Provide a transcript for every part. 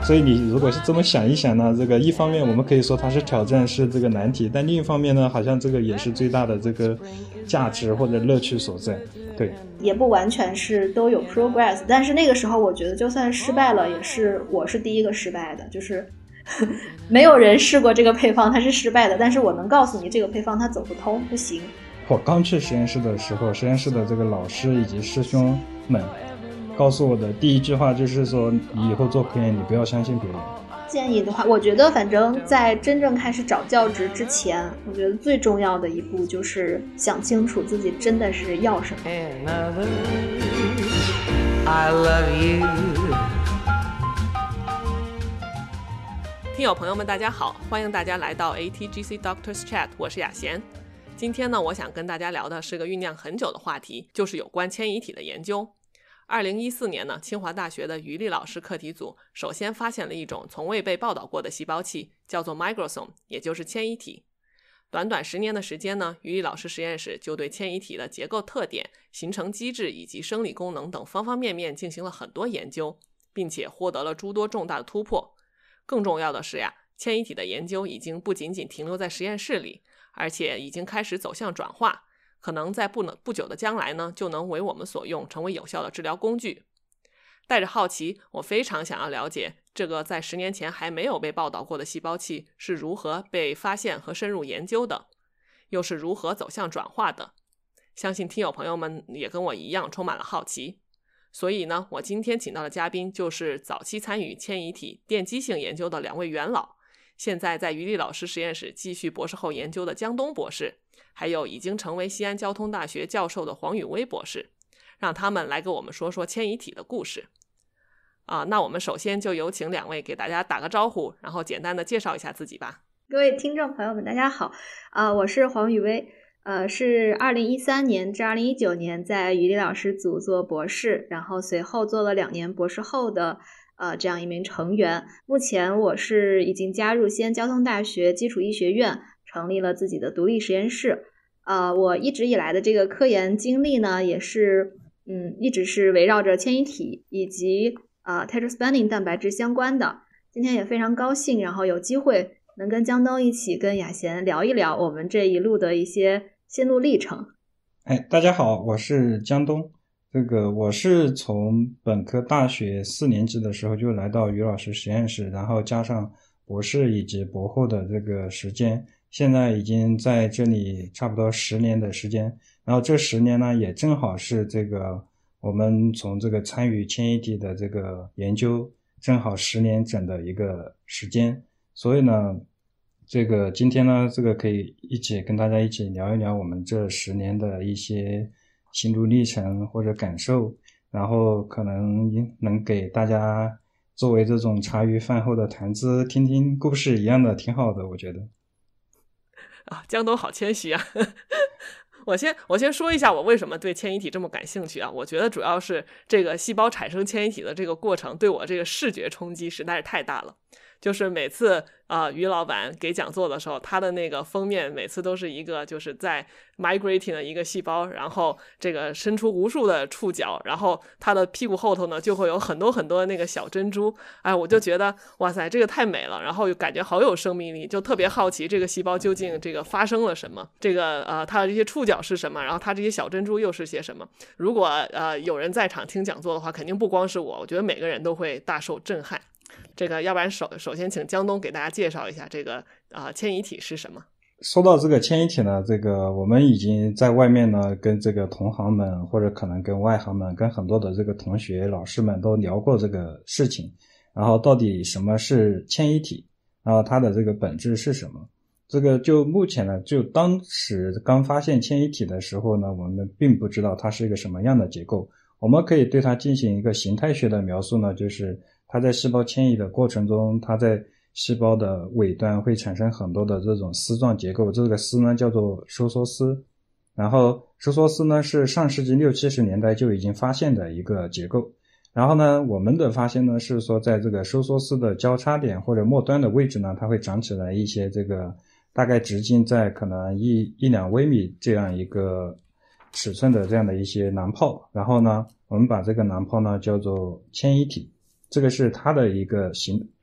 所以你如果是这么想一想呢，这个一方面我们可以说它是挑战，是这个难题，但另一方面呢，好像这个也是最大的这个价值或者乐趣所在。对， 也不完全是都有 progress， 但是那个时候我觉得就算失败了，也是我是第一个失败的，就是没有人试过这个配方它是失败的，但是我能告诉你这个配方它走不通不行。 我刚去实验室的时候，实验室的这个老师以及师兄们告诉我的第一句话就是说，你以后做科研你不要相信别人。 建议的话，我觉得反正在真正开始找教职之前，我觉得最重要的一步就是想清楚自己真的是要什么。 I love you。 听友朋友们大家好，欢迎大家来到 ATGC Doctors Chat， 我是雅贤。今天呢，我想跟大家聊的是个酝酿很久的话题，就是有关迁移体的研究。2014年呢，清华大学的于丽老师课题组首先发现了一种从未被报道过的细胞器，叫做 migrosome， 也就是迁移体。短短10年的时间呢，于丽老师实验室就对迁移体的结构特点、形成机制以及生理功能等方方面面进行了很多研究，并且获得了诸多重大的突破。更重要的是呀，迁移体的研究已经不仅仅停留在实验室里，而且已经开始走向转化，可能在不久的将来呢，就能为我们所用，成为有效的治疗工具。带着好奇，我非常想要了解这个在10年前还没有被报道过的细胞器是如何被发现和深入研究的，又是如何走向转化的。相信听友朋友们也跟我一样充满了好奇。所以呢，我今天请到的嘉宾就是早期参与迁移体电机性研究的2位元老，现在在于丽老师实验室继续博士后研究的江东博士，还有已经成为西安交通大学教授的黄宇威博士，让他们来给我们说说迁移体的故事。那我们首先就有请2位给大家打个招呼，然后简单的介绍一下自己吧。 各位听众朋友们大家好，我是黄宇威，是2013年至2019年在于丽老师组做博士，然后随后做了2年博士后的这样一名成员。目前我是已经加入西安交通大学基础医学院，成立了自己的独立实验室。我一直以来的这个科研经历呢，也是一直是围绕着迁移体以及tetraspanin 蛋白质相关的。今天也非常高兴，然后有机会能跟江东一起跟雅贤聊一聊我们这一路的一些心路历程。 大家好，我是江东。我是从本科大学4年级的时候就来到于老师实验室，然后加上博士以及博后的这个时间，现在已经在这里差不多10年的时间。然后这10年呢，也正好是我们从这个参与迁移体的这个研究，正好10年整的一个时间。所以呢，今天呢，可以一起跟大家一起聊一聊我们这10年的一些心路历程或者感受，然后可能能给大家作为这种茶余饭后的谈资，听听故事一样的，挺好的，我觉得。 江东好谦虚啊。我先说一下我为什么对迁移体这么感兴趣啊。我觉得主要是这个细胞产生迁移体的这个过程对我这个视觉冲击实在是太大了。就是每次于老板给讲座的时候，他的那个封面每次都是一个就是在 migrating 的一个细胞，然后这个伸出无数的触角，然后他的屁股后头呢就会有很多很多那个小珍珠。我就觉得哇塞，这个太美了，然后感觉好有生命力，就特别好奇这个细胞究竟这个发生了什么，它的这些触角是什么，然后它这些小珍珠又是些什么。如果有人在场听讲座的话，肯定不光是我觉得每个人都会大受震撼。要不然首先请江东给大家介绍一下迁移体是什么。 说到这个迁移体呢，我们已经在外面呢跟这个同行们或者可能跟外行们跟很多的这个同学老师们都聊过这个事情，然后到底什么是迁移体，然后它的这个本质是什么。就目前呢，就当时刚发现迁移体的时候呢，我们并不知道它是一个什么样的结构。我们可以对它进行一个形态学的描述呢，就是它在细胞迁移的过程中，它在细胞的尾端会产生很多的这种丝状结构，这个丝呢叫做收缩丝。然后收缩丝呢是上世纪60、70年代就已经发现的一个结构。然后呢，我们的发现呢是说，在这个收缩丝的交叉点或者末端的位置呢，它会长起来一些大概直径在可能1-2微米这样一个尺寸的这样的一些囊泡。然后呢，我们把这个囊泡呢叫做迁移体。这个是它的一个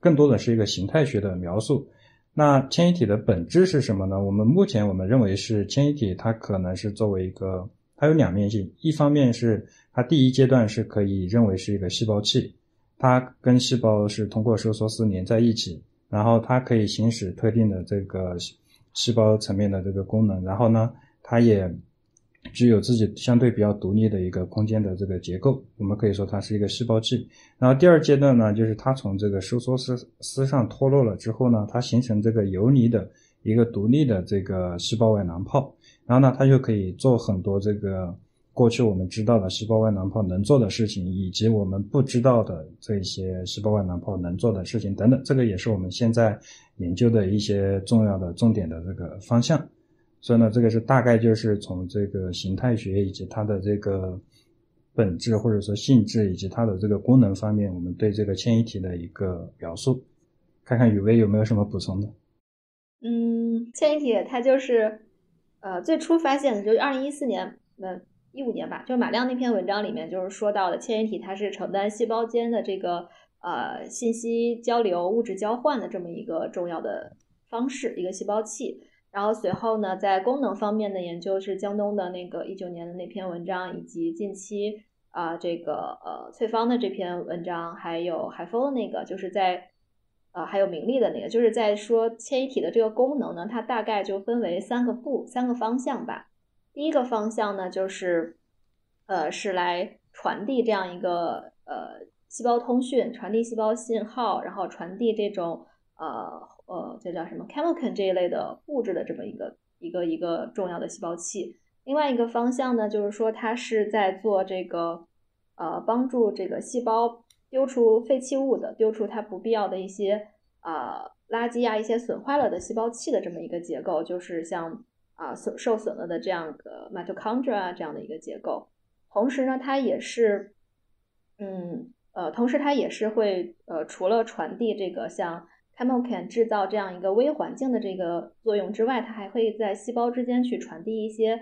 更多的是一个形态学的描述。那迁移体的本质是什么呢？目前我们认为是迁移体它可能是作为一个，它有两面性，一方面是它第一阶段是可以认为是一个细胞器，它跟细胞是通过收缩丝连在一起，然后它可以行使特定的这个细胞层面的这个功能，然后呢它也具有自己相对比较独立的一个空间的这个结构，我们可以说它是一个细胞器。然后第二阶段呢，就是它从这个收缩丝上脱落了之后呢，它形成这个游离的一个独立的这个细胞外囊泡，然后呢它就可以做很多这个过去我们知道的细胞外囊泡能做的事情，以及我们不知道的这些细胞外囊泡能做的事情等等，这个也是我们现在研究的一些重要的重点的这个方向。所以呢，这个是大概就是从这个形态学以及它的这个本质或者说性质以及它的这个功能方面，我们对这个迁移体的一个描述。看看雨薇有没有什么补充的？ 迁移体它就是最初发现的就是2014年15年吧，就马亮那篇文章里面就是说到的迁移体它是承担细胞间的这个信息交流、物质交换的这么一个重要的方式，一个细胞器。然后随后呢，在功能方面的研究是江东的那个19年的那篇文章，以及近期这个翠芳的这篇文章，还有海峰那个就是在还有明丽的那个，就是在说迁移体的这个功能呢，它大概就分为三个方向吧。第一个方向呢，就是是来传递这样一个细胞通讯，传递细胞信号，然后传递这种这叫什么 chemokine 这一类的物质的这么一个重要的细胞器。另外一个方向呢，就是说它是在做这个帮助这个细胞丢出废弃物的，丢出它不必要的一些垃圾啊，一些损坏了的细胞器的这么一个结构，就是像受损了的这样的 mitochondria 这样的一个结构。同时呢，它也是会除了传递这个像chemokine 制造这样一个微环境的这个作用之外，它还会在细胞之间去传递一些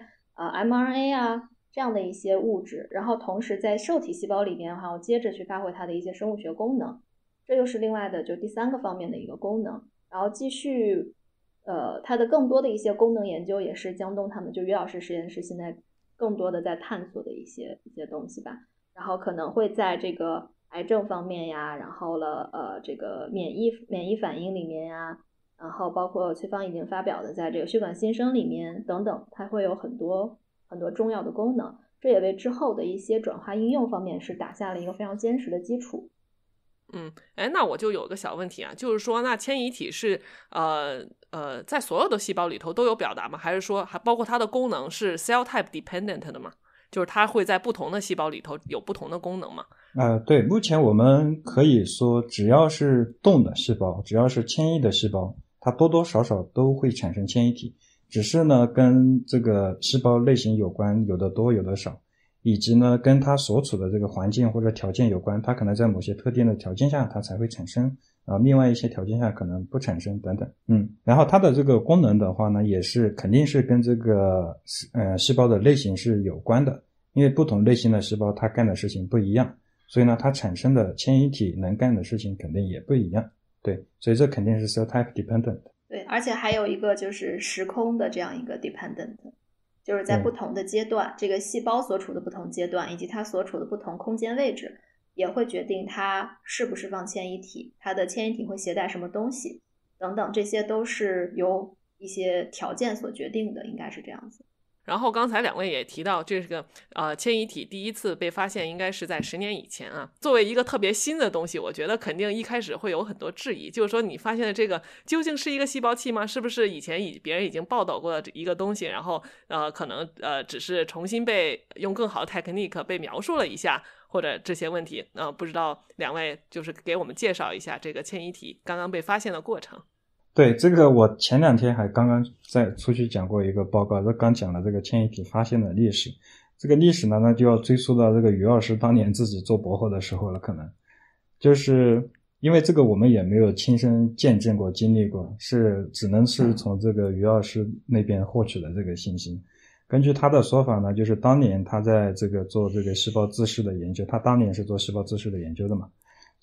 mRNA 啊这样的一些物质，然后同时在受体细胞里面还要接着去发挥它的一些生物学功能，这又是另外的就第三个方面的一个功能。然后继续它的更多的一些功能研究也是江东他们就于老师实验室现在更多的在探索的一些东西吧。然后可能会在这个癌症方面呀，然后这个免疫反应里面呀，然后包括崔芳已经发表的在这个血管新生里面等等，它会有很多很多重要的功能，这也为之后的一些转化应用方面是打下了一个非常坚实的基础。 那我就有个小问题啊，就是说那迁移体是在所有的细胞里头都有表达吗？还是说还包括它的功能是 cell type dependent 的吗？就是它会在不同的细胞里头有不同的功能吗？ 对，目前我们可以说只要是动的细胞，只要是迁移的细胞，它多多少少都会产生迁移体，只是呢跟这个细胞类型有关，有的多有的少，以及呢跟它所处的这个环境或者条件有关，它可能在某些特定的条件下它才会产生，另外一些条件下可能不产生等等。然后它的这个功能的话呢，也是肯定是跟这个细胞的类型是有关的，因为不同类型的细胞它干的事情不一样，所以呢它产生的迁移体能干的事情肯定也不一样。对，所以这肯定是 cell type dependent。 对，而且还有一个就是时空的这样一个 dependent， 就是在不同的阶段，这个细胞所处的不同阶段以及它所处的不同空间位置也会决定它是不是放迁移体，它的迁移体会携带什么东西等等，这些都是由一些条件所决定的，应该是这样子。 然后刚才两位也提到这个迁移体第一次被发现应该是在10年以前啊。作为一个特别新的东西，我觉得肯定一开始会有很多质疑，就是说你发现的这个究竟是一个细胞器吗？是不是以前别人已经报道过的一个东西，然后可能只是重新被用更好的 technique 被描述了一下，或者这些问题不知道两位就是给我们介绍一下这个迁移体刚刚被发现的过程。 对，这个我前2天还刚刚在出去讲过一个报告，刚讲了这个迁移体发现的历史。这个历史呢，那就要追溯到这个于老师当年自己做博后的时候了，可能就是因为这个我们也没有亲身见证过经历过，是只能是从这个于老师那边获取的这个信息。根据他的说法呢，就是当年他在这个做这个细胞自噬的研究，他当年是做细胞自噬的研究的嘛，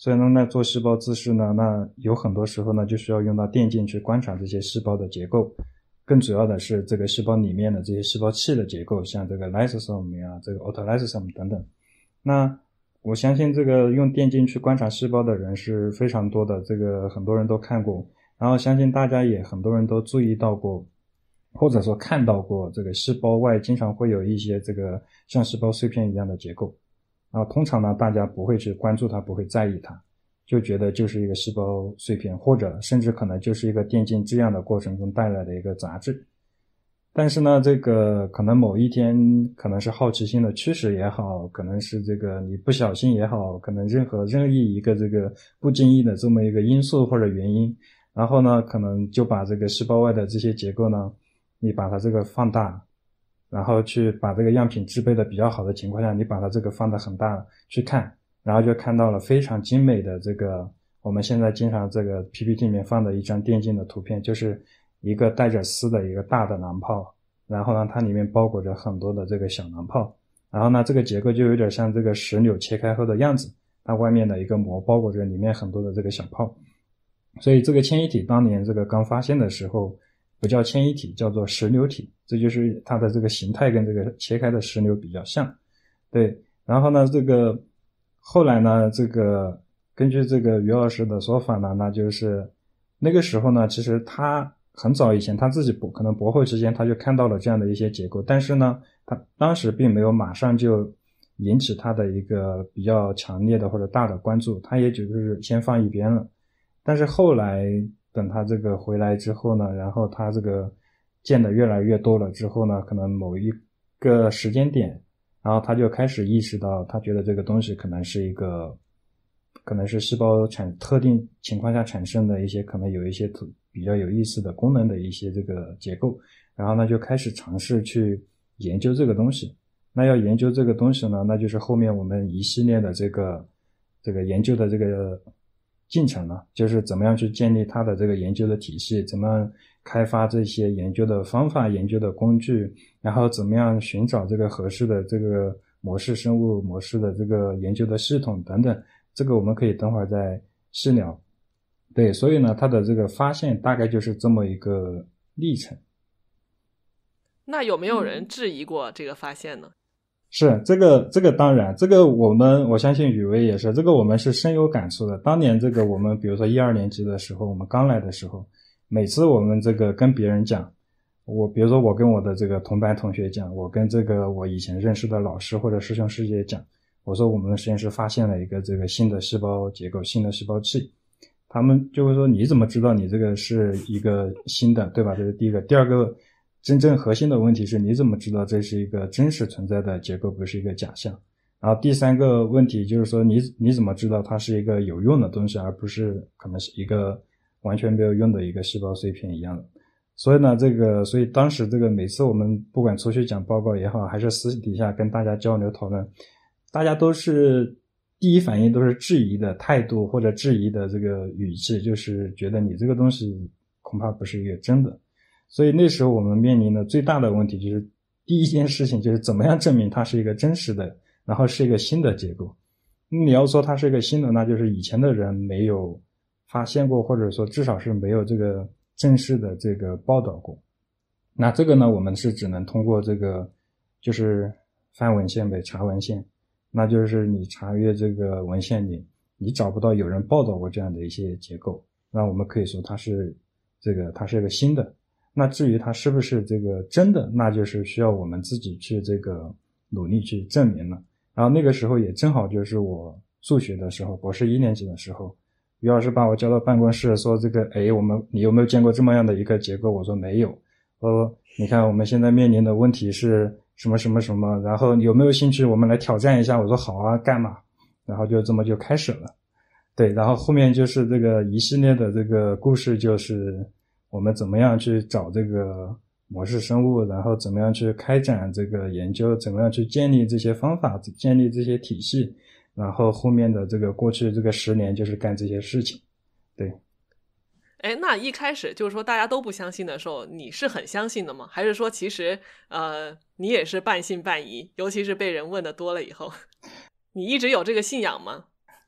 所以呢，那做细胞自噬呢，那有很多时候呢就需要用到电镜去观察这些细胞的结构，更主要的是这个细胞里面的这些细胞器的结构，像这个 lysosome 呀，这个 autolysosome 等等。那我相信这个用电镜去观察细胞的人是非常多的，这个很多人都看过，然后相信大家也很多人都注意到过，或者说看到过这个细胞外经常会有一些这个像细胞碎片一样的结构，然后通常呢大家不会去关注它，不会在意它，就觉得就是一个细胞碎片，或者甚至可能就是一个电镜这样的过程中带来的一个杂质。但是呢，这个可能某一天，可能是好奇心的驱使也好，可能是这个你不小心也好，可能任意一个这个不经意的这么一个因素或者原因，然后呢，可能就把这个细胞外的这些结构呢，你把它这个放大，然后去把这个样品制备的比较好的情况下，你把它这个放得很大去看，然后就看到了非常精美的这个我们现在经常这个 PPT 里面放的一张电镜的图片，就是一个带着丝的一个大的囊泡，然后呢它里面包裹着很多的这个小囊泡，然后呢这个结构就有点像这个石榴切开后的样子，它外面的一个膜包裹着里面很多的这个小泡。所以这个迁移体当年这个刚发现的时候不叫迁移体，叫做石榴体，这就是它的这个形态跟这个切开的石榴比较像。对，然后呢这个后来呢这个根据这个于老师的说法呢，那就是那个时候呢其实他很早以前他自己可能博后之间他就看到了这样的一些结构，但是呢他当时并没有马上就引起他的一个比较强烈的或者大的关注，他也就是先放一边了。但是后来等他这个回来之后呢，然后他这个见的越来越多了之后呢，可能某一个时间点，然后他就开始意识到，他觉得这个东西可能是细胞特定情况下产生的一些可能有一些比较有意思的功能的一些这个结构，然后呢就开始尝试去研究这个东西。那要研究这个东西呢，那就是后面我们一系列的这个研究的这个进程呢，就是怎么样去建立它的这个研究的体系，怎么样开发这些研究的方法、研究的工具，然后怎么样寻找这个合适的这个模式生物模式的这个研究的系统等等，这个我们可以等会儿再细聊。对，所以呢它的这个发现大概就是这么一个历程。 那有没有人质疑过这个发现呢？ 是这个当然，这个我相信宇威也是，这个我们是深有感触的。当年这个我们比如说1、2年级的时候，我们刚来的时候，每次我们这个跟别人讲，比如说我跟我的这个同班同学讲，我跟这个我以前认识的老师或者师兄师姐讲，我说我们的实验室发现了一个这个新的细胞结构、新的细胞器，他们就会说你怎么知道你这个是一个新的，对吧？这是第一个。第二个真正核心的问题是你怎么知道这是一个真实存在的结构，不是一个假象。然后第三个问题就是说你怎么知道它是一个有用的东西，而不是可能是一个完全没有用的一个细胞碎片一样的。所以呢所以当时这个每次我们不管出去讲报告也好，还是私底下跟大家交流讨论，大家都是第一反应都是质疑的态度或者质疑的这个语气，就是觉得你这个东西恐怕不是一个真的。所以那时候我们面临的最大的问题就是第一件事情就是怎么样证明它是一个真实的，然后是一个新的结构。你要说它是一个新的，那就是以前的人没有发现过，或者说至少是没有这个正式的这个报道过。那这个呢我们是只能通过这个就是翻文献呗，查文献，那就是你查阅这个文献里你找不到有人报道过这样的一些结构，那我们可以说它是一个新的。那至于它是不是这个真的，那就是需要我们自己去这个努力去证明了。然后那个时候也正好就是我数学的时候，博士1年级的时候，于老师把我叫到办公室说你有没有见过这么样的一个结构？我说没有。你看我们现在面临的问题是什么什么什么，然后有没有兴趣我们来挑战一下？我说好啊，干嘛？然后就这么就开始了。对，然后后面就是这个一系列的这个故事，就是我们怎么样去找这个模式生物，然后怎么样去开展这个研究，怎么样去建立这些方法，建立这些体系，然后后面的这个过去这个10年就是干这些事情。对。 那一开始就是说大家都不相信的时候，你是很相信的吗？还是说其实你也是半信半疑，尤其是被人问的多了以后，你一直有这个信仰吗？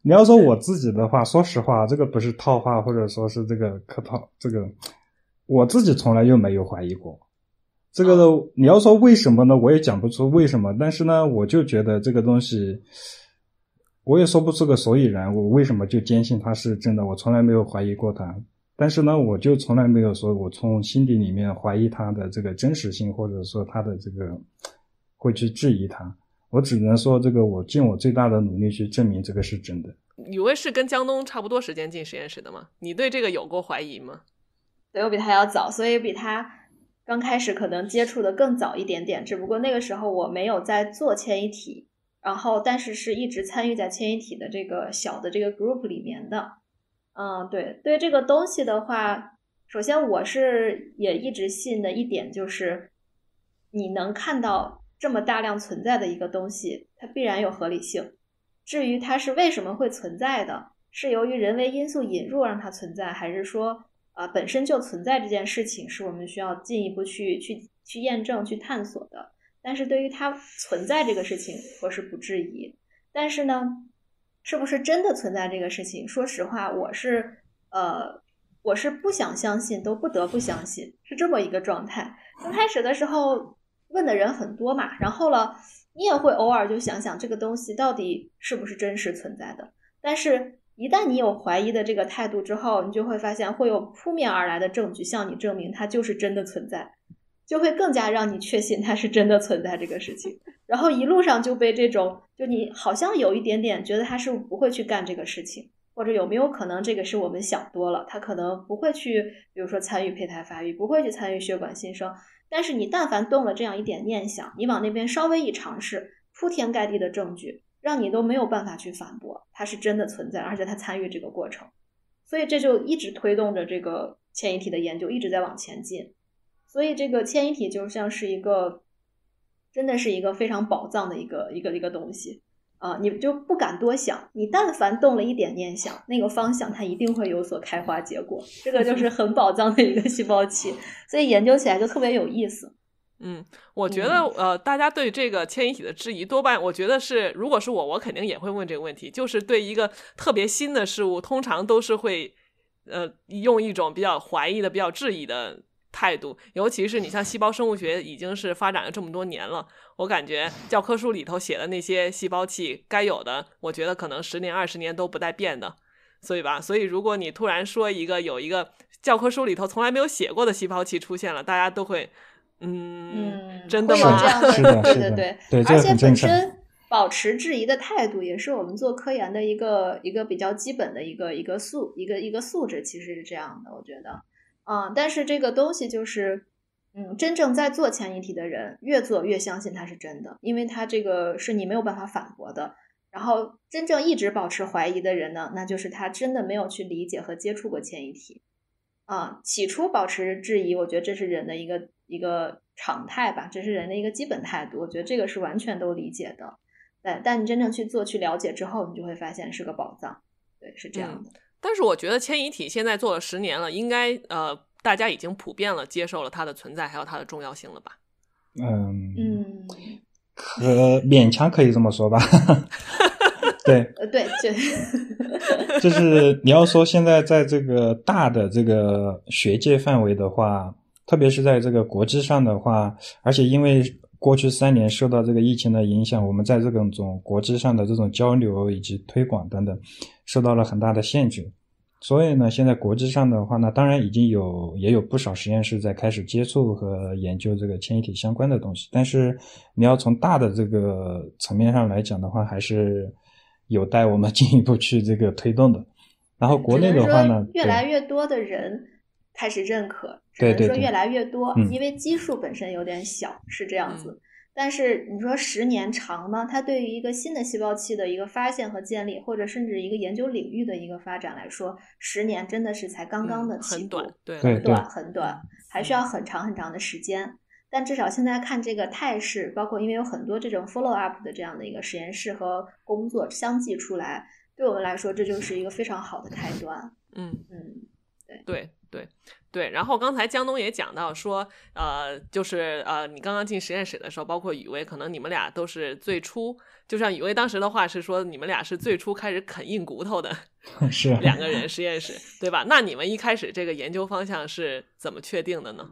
你要说我自己的话，说实话，这个不是套话，或者说是这个客套，这个我自己从来就没有怀疑过。这个呢，你要说为什么呢？我也讲不出为什么，但是呢，我就觉得这个东西，我也说不出个所以然，我为什么就坚信它是真的？我从来没有怀疑过它。但是呢，我就从来没有说我从心底里面怀疑它的这个真实性，或者说它的这个会去质疑它。我只能说这个我尽我最大的努力去证明这个是真的。 宇威是跟江东差不多时间进实验室的吗？你对这个有过怀疑吗？ 对，我比他要早，所以比他刚开始可能接触的更早一点点，只不过那个时候我没有在做迁移体，然后但是是一直参与在迁移体的这个小的这个 group 里面的。对这个东西的话，首先我是也一直信的一点就是，你能看到这么大量存在的一个东西，它必然有合理性。至于它是为什么会存在的，是由于人为因素引入让它存在，还是说本身就存在这件事情是我们需要进一步去验证、去探索的。但是对于它存在这个事情，我是不质疑。但是呢，是不是真的存在这个事情？说实话，我是不想相信，都不得不相信，是这么一个状态。刚开始的时候问的人很多嘛，然后了，你也会偶尔就想想这个东西到底是不是真实存在的。但是一旦你有怀疑的这个态度之后，你就会发现会有扑面而来的证据向你证明它就是真的存在，就会更加让你确信它是真的存在这个事情。然后一路上就被这种，就你好像有一点点觉得他是不会去干这个事情，或者有没有可能这个是我们想多了，他可能不会去比如说参与胚胎发育，不会去参与血管新生。但是你但凡动了这样一点念想，你往那边稍微一尝试，铺天盖地的证据让你都没有办法去反驳它是真的存在，而且它参与这个过程。所以这就一直推动着这个迁移体的研究一直在往前进。所以这个迁移体就像是一个真的是一个非常宝藏的一个东西你就不敢多想，你但凡动了一点念想，那个方向它一定会有所开花结果，这个就是很宝藏的一个细胞器，所以研究起来就特别有意思。 我觉得大家对这个迁移体的质疑多半我觉得是，如果是我肯定也会问这个问题，就是对一个特别新的事物通常都是会用一种比较怀疑的比较质疑的态度，尤其是你像细胞生物学已经是发展了这么多年了，我感觉教科书里头写的那些细胞器该有的，我觉得可能10年20年都不带变的。所以如果你突然说有一个教科书里头从来没有写过的细胞器出现了，大家都会真的吗？ 是的， 对， 而且本身保持质疑的态度也是我们做科研的一个比较基本的一个素质，其实是这样的，我觉得。但是这个东西就是真正在做迁移体的人越做越相信它是真的，因为它这个是你没有办法反驳的。然后真正一直保持怀疑的人呢，那就是他真的没有去理解和接触过迁移体起初保持质疑，我觉得这是人的一个常态吧，这是人的一个基本态度，我觉得这个是完全都理解的。对，但你真正去做去了解之后，你就会发现是个宝藏。对，是这样的。 但是我觉得迁移体现在做了10年了，应该大家已经普遍了接受了它的存在还有它的重要性了吧？ 勉强可以这么说吧。对对， 就是你要说现在在这个大的这个学界范围的话，特别是在这个国际上的话，而且因为过去3年受到这个疫情的影响，我们在这种国际上的这种交流以及推广等等受到了很大的限制。所以呢，现在国际上的话呢，当然也有不少实验室在开始接触和研究这个迁移体相关的东西，但是你要从大的这个层面上来讲的话，还是有待我们进一步去这个推动的。然后国内的话呢， 越来越多的人开始认可，只能说越来越多，因为基数本身有点小，是这样子。但是你说10年长吗？它对于一个新的细胞器的一个发现和建立，或者甚至一个研究领域的一个发展来说，10年真的是才刚刚的起步，很短，还需要很长很长的时间。但至少现在看这个态势，包括因为有很多这种 follow up 的这样的一个实验室和工作相继出来，对我们来说这就是一个非常好的开端。 对，然后刚才江东也讲到说，就是你刚刚进实验室的时候，包括雨薇，可能你们俩都是最初，就像雨薇当时的话是说，你们俩是最初开始啃硬骨头的是两个人实验室，对吧？那你们一开始这个研究方向是怎么确定的呢？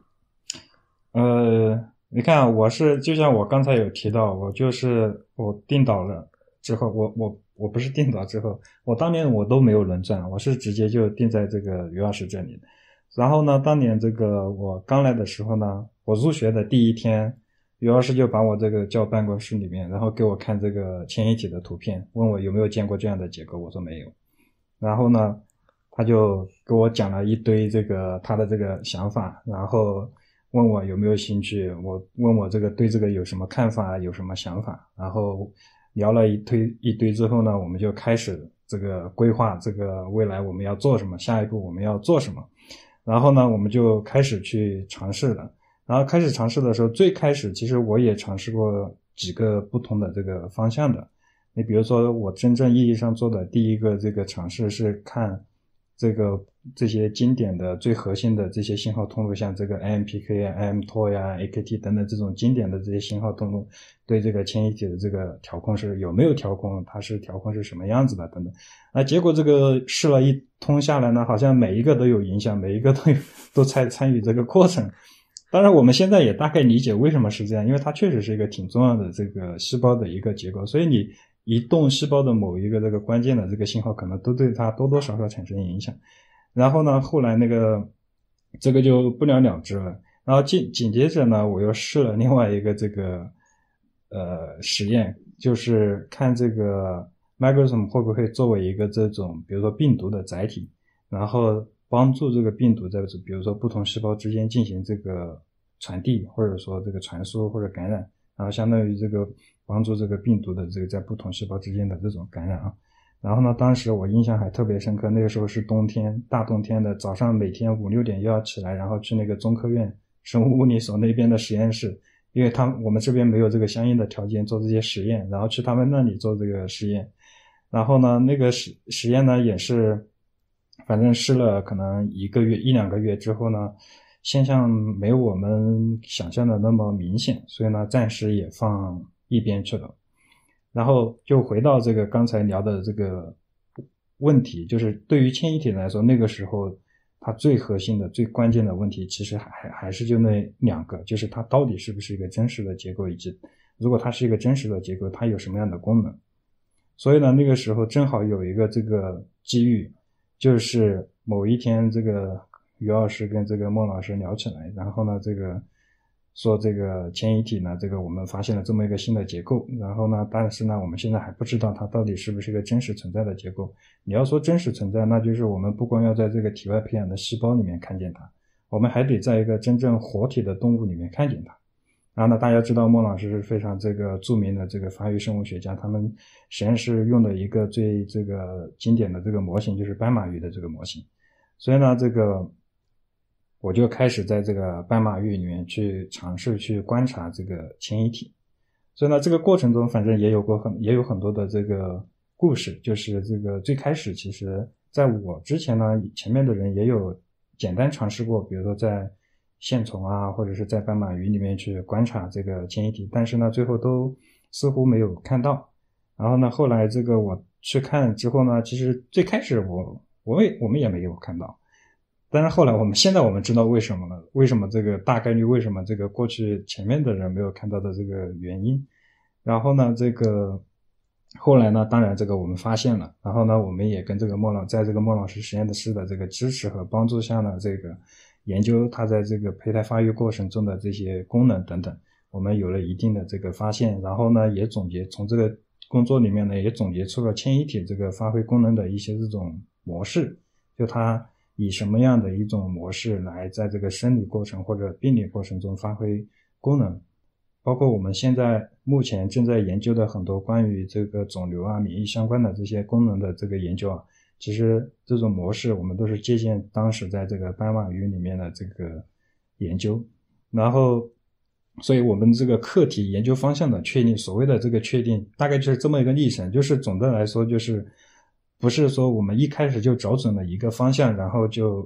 你看，就像我刚才有提到，我定导了之后，我不是定导之后，我当年我都没有轮转，我是直接就定在这个于老师这里的。然后呢，当年这个我刚来的时候呢，我入学的第一天，于老师就把我这个叫办公室里面，然后给我看这个迁移体的图片，问我有没有见过这样的结构，我说没有。然后呢，他就给我讲了一堆这个他的这个想法，然后问我有没有兴趣，问我这个对这个有什么看法，有什么想法，然后聊了一堆之后呢，我们就开始这个规划这个未来我们要做什么，下一步我们要做什么。然后呢，我们就开始去尝试了。然后开始尝试的时候，最开始其实我也尝试过几个不同的这个方向的。你比如说，我真正意义上做的第一个这个尝试是看这些经典的最核心的这些信号通路，像这个 AMPK 啊、AMTOR 呀、AKT 等等这种经典的这些信号通路，对这个迁移体的这个调控是有没有调控，它是调控是什么样子的等等。结果这个试了一通下来呢，好像每一个都有影响，每一个都参与这个过程。当然我们现在也大概理解为什么是这样，因为它确实是一个挺重要的这个细胞的一个结构，所以你移动细胞的某一个这个关键的这个信号可能都对它多多少少产生影响。然后呢，后来这个就不了了之了。然后紧接着呢，我又试了另外一个这个实验，就是看这个 microsome 会不会作为一个这种比如说病毒的载体，然后帮助这个病毒在比如说不同细胞之间进行这个传递，或者说这个传输或者感染，然后相当于这个帮助这个病毒的这个在不同细胞之间的这种感染啊。然后呢，当时我印象还特别深刻，那个时候是冬天，大冬天的，早上每天5、6点又要起来，然后去那个中科院生物物理所那边的实验室，因为我们这边没有这个相应的条件做这些实验，然后去他们那里做这个实验。然后呢，那个实验呢也是反正试了可能1、2个月之后呢，现象没有我们想象的那么明显，所以呢暂时也放一边去了。然后就回到这个刚才聊的这个问题，就是对于迁移体来说，那个时候它最核心的最关键的问题其实还是就那2个，就是它到底是不是一个真实的结构，以及如果它是一个真实的结构，它有什么样的功能。所以呢，那个时候正好有一个这个机遇，就是某一天这个于老师跟这个孟老师聊起来，然后呢这个说这个迁移体呢，这个我们发现了这么一个新的结构，然后呢，但是呢，我们现在还不知道它到底是不是一个真实存在的结构。你要说真实存在，那就是我们不光要在这个体外培养的细胞里面看见它，我们还得在一个真正活体的动物里面看见它。然后呢，大家知道孟老师是非常这个著名的这个发育生物学家，他们实验室用的一个最这个经典的这个模型就是斑马鱼的这个模型。所以呢，我就开始在这个斑马鱼里面去尝试去观察这个迁移体。所以呢，这个过程中反正也有很多的这个故事，就是这个最开始其实在我之前呢，前面的人也有简单尝试过，比如说在线虫啊，或者是在斑马鱼里面去观察这个迁移体，但是呢最后都似乎没有看到。然后呢后来这个我去看之后呢，其实最开始我们也没有看到，但是后来现在我们知道为什么了，为什么这个大概率，为什么这个过去前面的人没有看到的这个原因。然后呢这个后来呢，当然这个我们发现了，然后呢我们也跟这个在这个孟老师实验室的这个支持和帮助下呢，这个研究它在这个胚胎发育过程中的这些功能等等，我们有了一定的这个发现。然后呢也从这个工作里面呢也总结出了迁移体这个发挥功能的一些这种模式，就它以什么样的一种模式来在这个生理过程或者病理过程中发挥功能。包括我们现在目前正在研究的很多关于这个肿瘤啊免疫相关的这些功能的这个研究啊，其实这种模式我们都是借鉴当时在这个斑马鱼里面的这个研究。然后所以我们这个课题研究方向的确定，所谓的这个确定大概就是这么一个历程，就是总的来说就是不是说我们一开始就找准了一个方向，然后就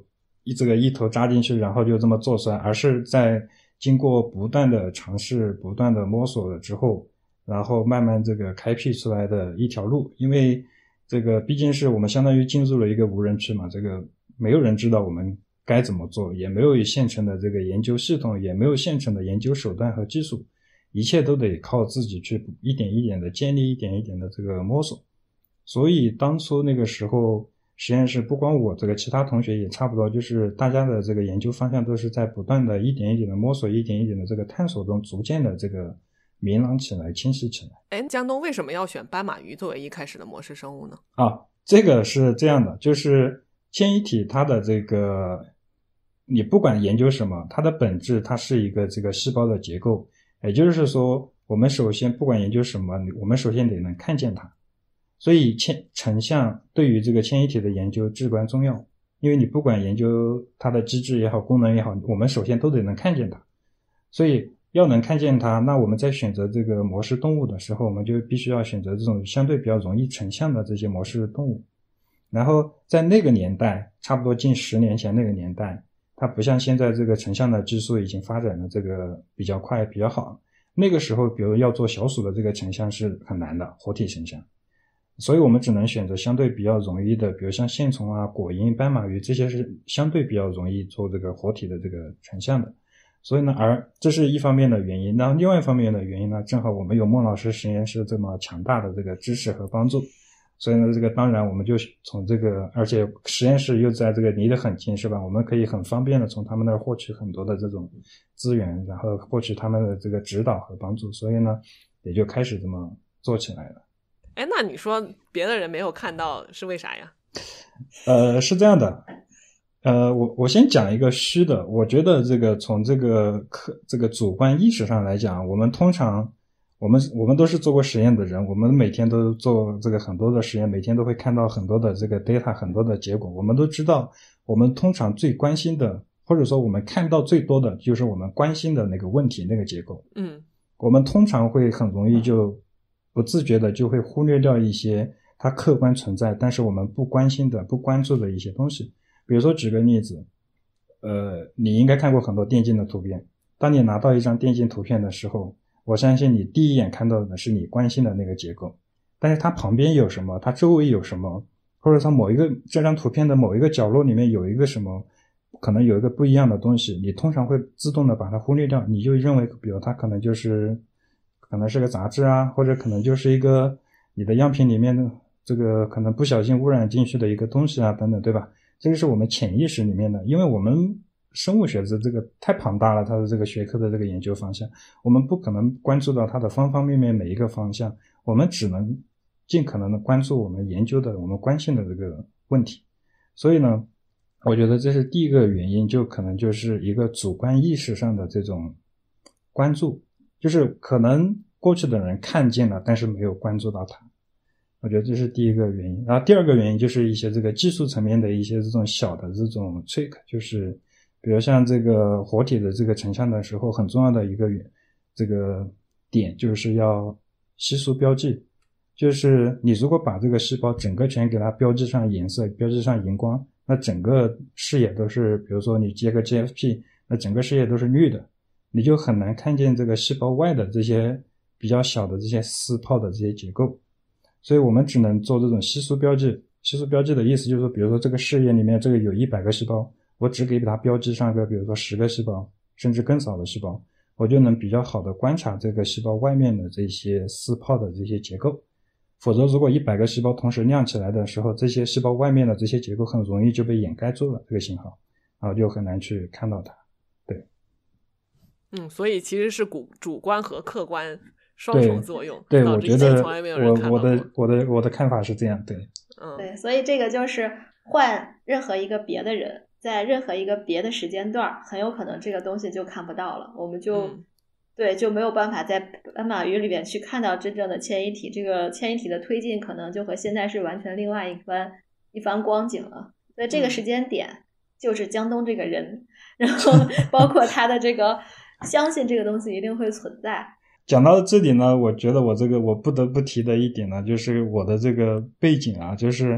这个一头扎进去然后就这么做出来，而是在经过不断的尝试不断的摸索了之后，然后慢慢这个开辟出来的一条路。因为这个毕竟是我们相当于进入了一个无人区嘛，这个没有人知道我们该怎么做，也没有现成的这个研究系统，也没有现成的研究手段和技术，一切都得靠自己去一点一点的建立，一点一点的这个摸索。所以当初那个时候实验室不光我，这个其他同学也差不多，就是大家的这个研究方向都是在不断的一点一点的摸索，一点一点的这个探索中逐渐的这个明朗起来，清晰起来。 江东为什么要选斑马鱼作为一开始的模式生物呢？ 这个是这样的，就是迁移体它的这个你不管研究什么，它的本质它是一个这个细胞的结构，也就是说我们首先不管研究什么，我们首先得能看见它。所以成像对于这个迁移体的研究至关重要，因为你不管研究它的机制也好，功能也好，我们首先都得能看见它。所以要能看见它，那我们在选择这个模式动物的时候，我们就必须要选择这种相对比较容易成像的这些模式动物。然后在那个年代，差不多近10年前那个年代，它不像现在这个成像的技术已经发展的这个比较快比较好。那个时候比如要做小鼠的这个成像是很难的，活体成像。所以我们只能选择相对比较容易的，比如像线虫啊、果蝇、斑马鱼，这些是相对比较容易做这个活体的这个成像的。所以呢，而这是一方面的原因。那另外一方面的原因呢，正好我们有孟老师实验室这么强大的这个支持和帮助，所以呢，这个当然我们就从这个，而且实验室又在这个离得很近，是吧？我们可以很方便的从他们那儿获取很多的这种资源，然后获取他们的这个指导和帮助，所以呢，也就开始这么做起来了。 那你说别的人没有看到是为啥呀？ 是这样的，我先讲一个虚的。我觉得这个从这个主观意识上来讲，我们通常我们都是做过实验的人，我们每天都做这个很多的实验，每天都会看到很多的这个 data， 很多的结果。我们都知道，我们通常最关心的，或者说我们看到最多的就是我们关心的那个问题，那个结构。我们通常会很容易就不自觉的就会忽略掉一些它客观存在但是我们不关心的不关注的一些东西。比如说举个例子，你应该看过很多电竞的图片，当你拿到一张电竞图片的时候，我相信你第一眼看到的是你关心的那个结构，但是它旁边有什么，它周围有什么，或者它这张图片的某一个角落里面有一个什么，可能有一个不一样的东西，你通常会自动的把它忽略掉，你就认为比如它可能是个杂质啊，或者可能就是一个你的样品里面的这个可能不小心污染进去的一个东西啊等等，对吧？这个是我们潜意识里面的，因为我们生物学的这个太庞大了，它的这个学科的这个研究方向，我们不可能关注到它的方方面面每一个方向，我们只能尽可能的关注我们研究的我们关心的这个问题。所以呢，我觉得这是第一个原因，就可能就是一个主观意识上的这种关注，就是可能过去的人看见了但是没有关注到它，我觉得这是第一个原因。然后第二个原因就是一些这个技术层面的一些这种小的这种 trick， 就是比如像这个活体的这个成像的时候很重要的一个这个点就是要稀疏标记，就是你如果把这个细胞整个全给它标记上颜色，标记上荧光，那整个视野都是，比如说你接个 GFP， 那整个视野都是绿的，你就很难看见这个细胞外的这些比较小的这些丝泡的这些结构。所以我们只能做这种稀疏标记。稀疏标记的意思就是说，比如说这个视野里面这个有100个细胞，我只给它标记上个比如说10个细胞甚至更少的细胞，我就能比较好的观察这个细胞外面的这些丝泡的这些结构。否则如果100个细胞同时亮起来的时候，这些细胞外面的这些结构很容易就被掩盖住了这个信号，然后就很难去看到它。对， 所以其实是主观和客观双重作用。 对，我觉得我的看法是这样。对， 对，所以这个就是换任何一个别的人，在任何一个别的时间段，很有可能这个东西就看不到了，我们就就没有办法在斑马鱼里边去看到真正的迁移体。这个迁移体的推进可能就和现在是完全另外一番光景了。所以这个时间点就是江东这个人，然后包括他的这个相信这个东西一定会存在。 讲到这里呢，我觉得我不得不提的一点呢，就是我的这个背景啊，就是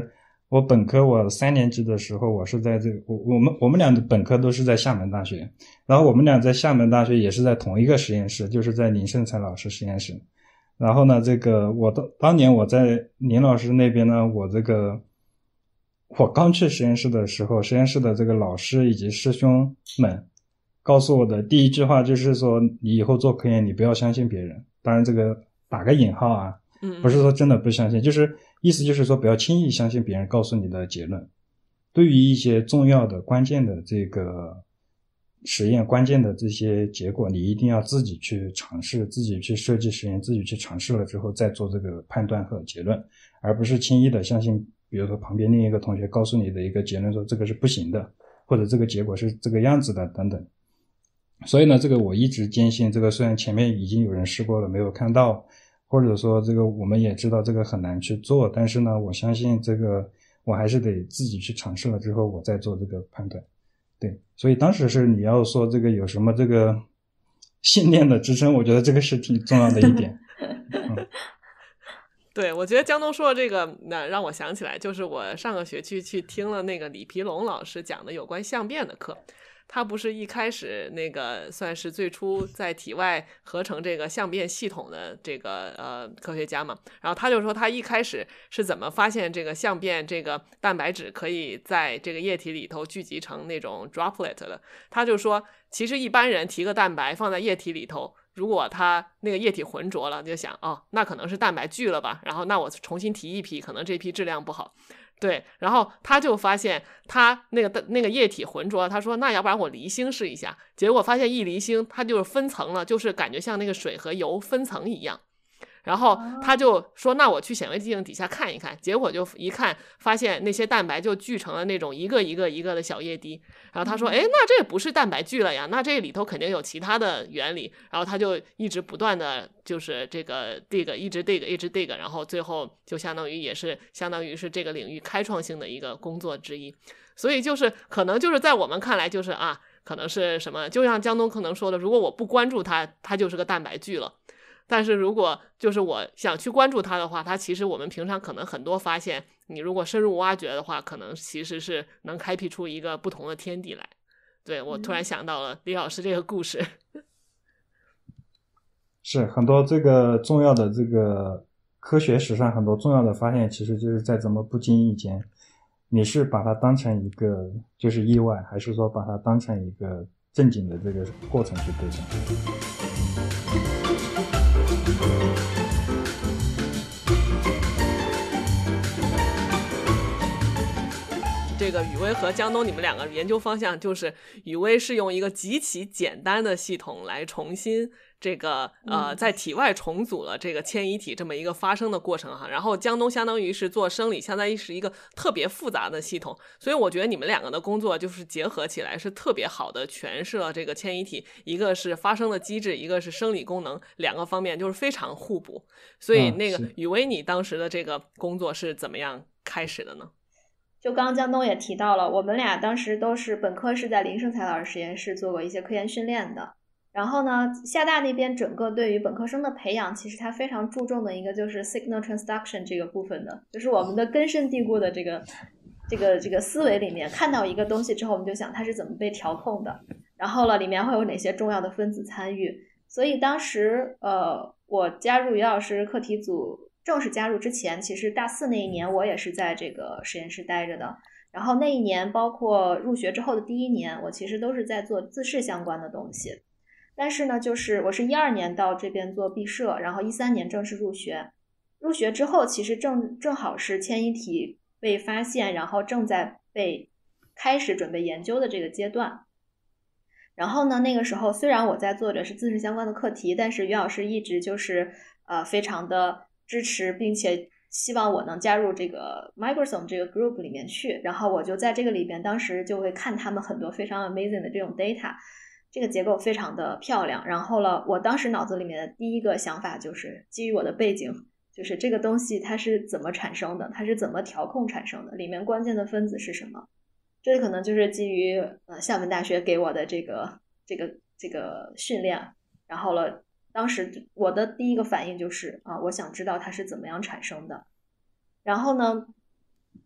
我本科我3年级的时候，我是在这个我们俩的本科都是在厦门大学，然后我们俩在厦门大学也是在同一个实验室，就是在林胜才老师实验室。然后呢，这个当年我在林老师那边呢，我刚去实验室的时候，实验室的这个老师以及师兄们告诉我的第一句话就是说，你以后做科研你不要相信别人，当然这个打个引号啊，不是说真的不相信，就是意思就是说不要轻易相信别人告诉你的结论。对于一些重要的关键的这个实验，关键的这些结果，你一定要自己去尝试，自己去设计实验，自己去尝试了之后再做这个判断和结论，而不是轻易的相信比如说旁边另一个同学告诉你的一个结论说这个是不行的，或者这个结果是这个样子的等等。所以呢，这个我一直坚信，这个虽然前面已经有人试过了没有看到，或者说这个我们也知道这个很难去做，但是呢，我相信这个我还是得自己去尝试了之后我再做这个判断。对，所以当时是你要说这个有什么这个信念的支撑，我觉得这个是挺重要的一点。 对，我觉得江东说的这个让我想起来，就是我上个学期去听了那个李皮龙老师讲的有关相变的课。他不是一开始那个算是最初在体外合成这个相变系统的这个科学家嘛，然后他就说他一开始是怎么发现这个相变这个蛋白质可以在这个液体里头聚集成那种 droplet 的。他就说其实一般人提个蛋白放在液体里头，如果它那个液体浑浊了，就想哦，那可能是蛋白聚了吧，然后那我重新提一批，可能这批质量不好。对，然后他就发现他那个液体浑浊，他说那要不然我离心试一下，结果发现一离心它就是分层了，就是感觉像那个水和油分层一样。然后他就说那我去显微镜底下看一看，结果就一看发现那些蛋白就聚成了那种一个一个一个的小液滴。然后他说那这不是蛋白聚了呀，那这里头肯定有其他的原理。然后他就一直不断的就是这个一直 dig， 然后最后就相当于是这个领域开创性的一个工作之一。所以就是可能就是在我们看来就是可能是什么，就像江东可能说的，如果我不关注它，它就是个蛋白聚了。但是如果就是我想去关注它的话，它其实我们平常可能很多发现，你如果深入挖掘的话，可能其实是能开辟出一个不同的天地来。对，我突然想到了李老师这个故事。 是很多这个重要的这个科学史上很多重要的发现，其实就是在这么不经意间，你是把它当成一个就是意外，还是说把它当成一个正经的这个过程去对待。 这个雨薇和江东你们两个研究方向就是雨薇是用一个极其简单的系统来重新这个在体外重组了这个迁移体这么一个发生的过程哈，然后江东相当于是做生理，相当于是一个特别复杂的系统，所以我觉得你们两个的工作就是结合起来是特别好的诠释了这个迁移体，一个是发生的机制，一个是生理功能，两个方面就是非常互补。所以那个雨薇你当时的这个工作是怎么样开始的呢？ 就刚刚江东也提到了，我们俩当时都是本科是在林胜才老师实验室做过一些科研训练的。然后呢，厦大那边整个对于本科生的培养，其实它非常注重的一个就是 signal transduction 这个部分的，就是我们的根深蒂固的这个思维里面，看到一个东西之后，我们就想它是怎么被调控的，然后里面会有哪些重要的分子参与。所以当时我加入于老师课题组，正式加入之前，其实大4那一年我也是在这个实验室待着的。然后那一年包括入学之后的第1年，我其实都是在做自试相关的东西。但是呢，就是我是12年到这边做毕设，然后13年正式入学。入学之后，其实正好是迁移体被发现，然后正在被开始准备研究的这个阶段。然后呢，那个时候虽然我在做的是自试相关的课题，但是于老师一直就是非常的支持，并且希望我能加入这个 Microsome 这个 group 里面去。然后我就在这个里边，当时就会看他们很多非常 amazing 的这种 data。这个结构非常的漂亮，然后我当时脑子里面的第一个想法就是基于我的背景，就是这个东西它是怎么产生的，它是怎么调控产生的，里面关键的分子是什么。这可能就是基于厦门大学给我的这个训练。然后当时我的第一个反应就是我想知道它是怎么样产生的。然后呢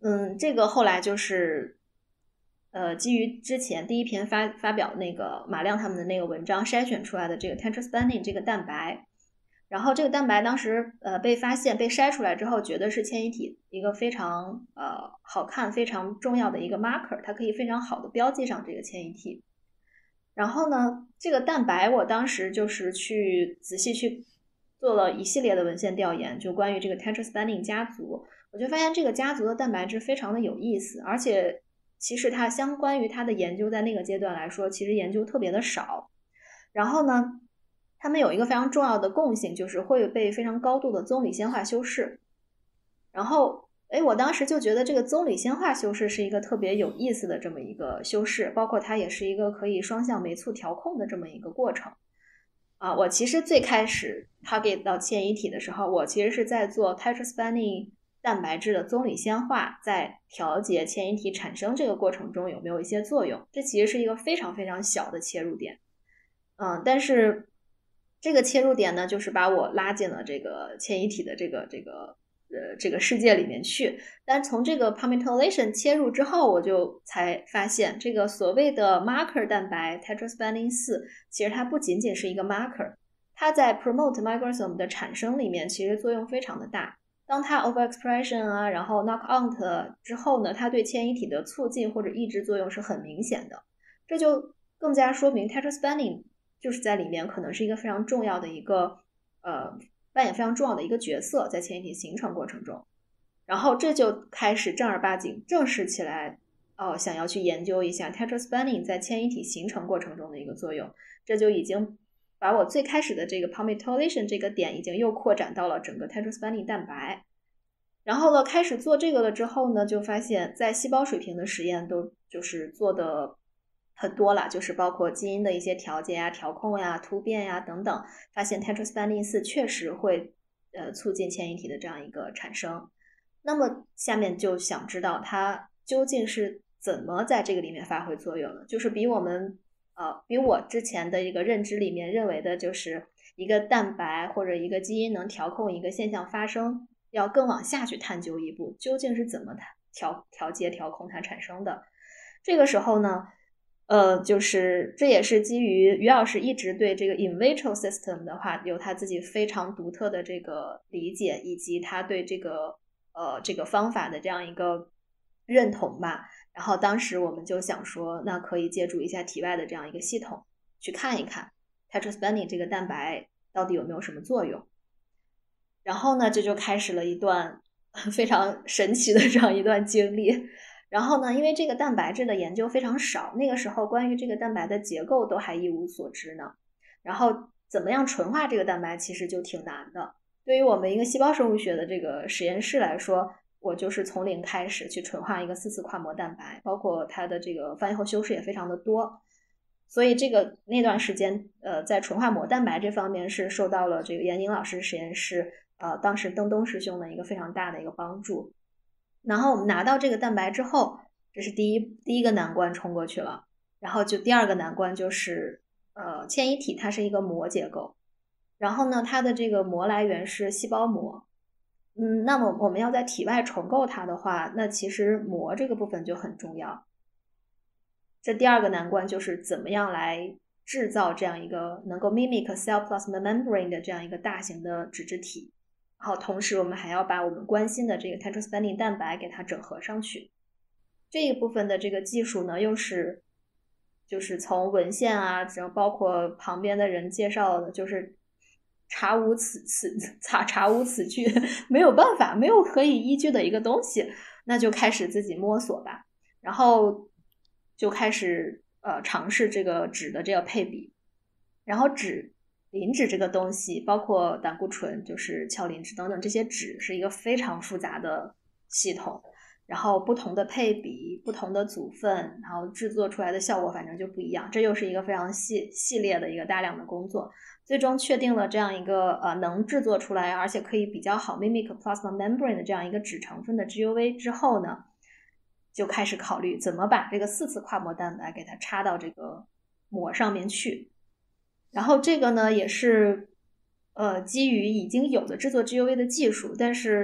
这个后来就是基于之前第一篇发表那个马亮他们的那个文章筛选出来的这个 tetraspanin 这个蛋白，然后这个蛋白当时被发现被筛出来之后，觉得是迁移体一个非常好看非常重要的一个 marker， 它可以非常好的标记上这个迁移体。然后呢，这个蛋白我当时就是仔细去做了一系列的文献调研，就关于这个 tetraspanin 家族，我就发现这个家族的蛋白质非常的有意思，而且其实它相关于它的研究在那个阶段来说，其实研究特别的少。然后呢，它们有一个非常重要的共性，就是会被非常高度的棕榈酰化修饰。然后我当时就觉得这个棕榈酰化修饰是一个特别有意思的这么一个修饰，包括它也是一个可以双向酶促调控的这么一个过程。我其实最开始 target 到迁移体的时候，我其实是在做 tetraspanin 蛋白质的棕榈酰化在调节迁移体产生这个过程中有没有一些作用，这其实是一个非常非常小的切入点。但是这个切入点呢，就是把我拉进了这个迁移体的这个世界里面去。但从这个 palmitylation 切入之后，我就才发现这个所谓的 marker 蛋白 tetraspanin 4，其实它不仅仅是一个 marker， 它在 promote microsome 的产生里面其实作用非常的大。当它 overexpression 然后 knock out 之后呢，它对迁移体的促进或者抑制作用是很明显的。这就更加说明 tetraspanin 就是在里面可能是一个非常重要的一个扮演非常重要的一个角色在迁移体形成过程中。然后这就开始正儿八经正式起来想要去研究一下 tetraspanin 在迁移体形成过程中的一个作用。这就已经把我最开始的这个 palmitylation 这个点已经又扩展到了整个 tetraspanin 蛋白。然后呢，开始做这个了之后呢，就发现在细胞水平的实验都就是做的很多了，就是包括基因的一些调节呀、调控呀、突变呀等等，发现 tetraspanin 4确实会促进迁移体的这样一个产生。那么下面就想知道它究竟是怎么在这个里面发挥作用的，就是比我之前的一个认知里面认为的就是一个蛋白或者一个基因能调控一个现象发生，要更往下去探究一步，究竟是怎么调节调控它产生的。这个时候呢就是这也是基于于老师一直对这个 in vitro system 的话有他自己非常独特的这个理解，以及他对这个方法的这样一个认同吧。然后当时我们就想说，那可以借助一下体外的这样一个系统去看一看 tetraspanin 这个蛋白到底有没有什么作用。然后呢，这就开始了一段非常神奇的这样一段经历。然后呢，因为这个蛋白质的研究非常少，那个时候关于这个蛋白的结构都还一无所知呢。然后怎么样纯化这个蛋白其实就挺难的。对于我们一个细胞生物学的这个实验室来说，我就是从零开始去纯化一个4次跨膜蛋白，包括它的这个翻译后修饰也非常的多。所以那段时间在纯化膜蛋白这方面是受到了这个严宁老师实验室当时邓东师兄的一个非常大的一个帮助。然后我们拿到这个蛋白之后，这是第一个难关冲过去了。然后就第二个难关就是迁移体它是一个膜结构，然后呢它的这个膜来源是细胞膜。那么我们要在体外重构它的话，那其实膜这个部分就很重要。这第二个难关就是怎么样来制造这样一个能够 mimic cell plasma membrane 的这样一个大型的脂质体。然后同时我们还要把我们关心的这个 tetraspanin 蛋白给它整合上去。这一部分的这个技术呢，就是从文献包括旁边的人介绍的，就是查无此据，没有办法，没有可以依据的一个东西，那就开始自己摸索吧。然后就开始尝试这个脂的这个配比。然后磷脂这个东西，包括胆固醇，就是鞘磷脂等等，这些脂是一个非常复杂的系统，然后不同的配比、不同的组分，然后制作出来的效果反正就不一样。这又是一个非常系列的一个大量的工作，最终确定了这样一个能制作出来而且可以比较好 mimic plasma membrane 的这样一个脂成分的 GUV 之后呢，就开始考虑怎么把这个4次跨膜蛋白给它插到这个膜上面去。然后这个呢也是基于已经有的制作 GUV 的技术，但是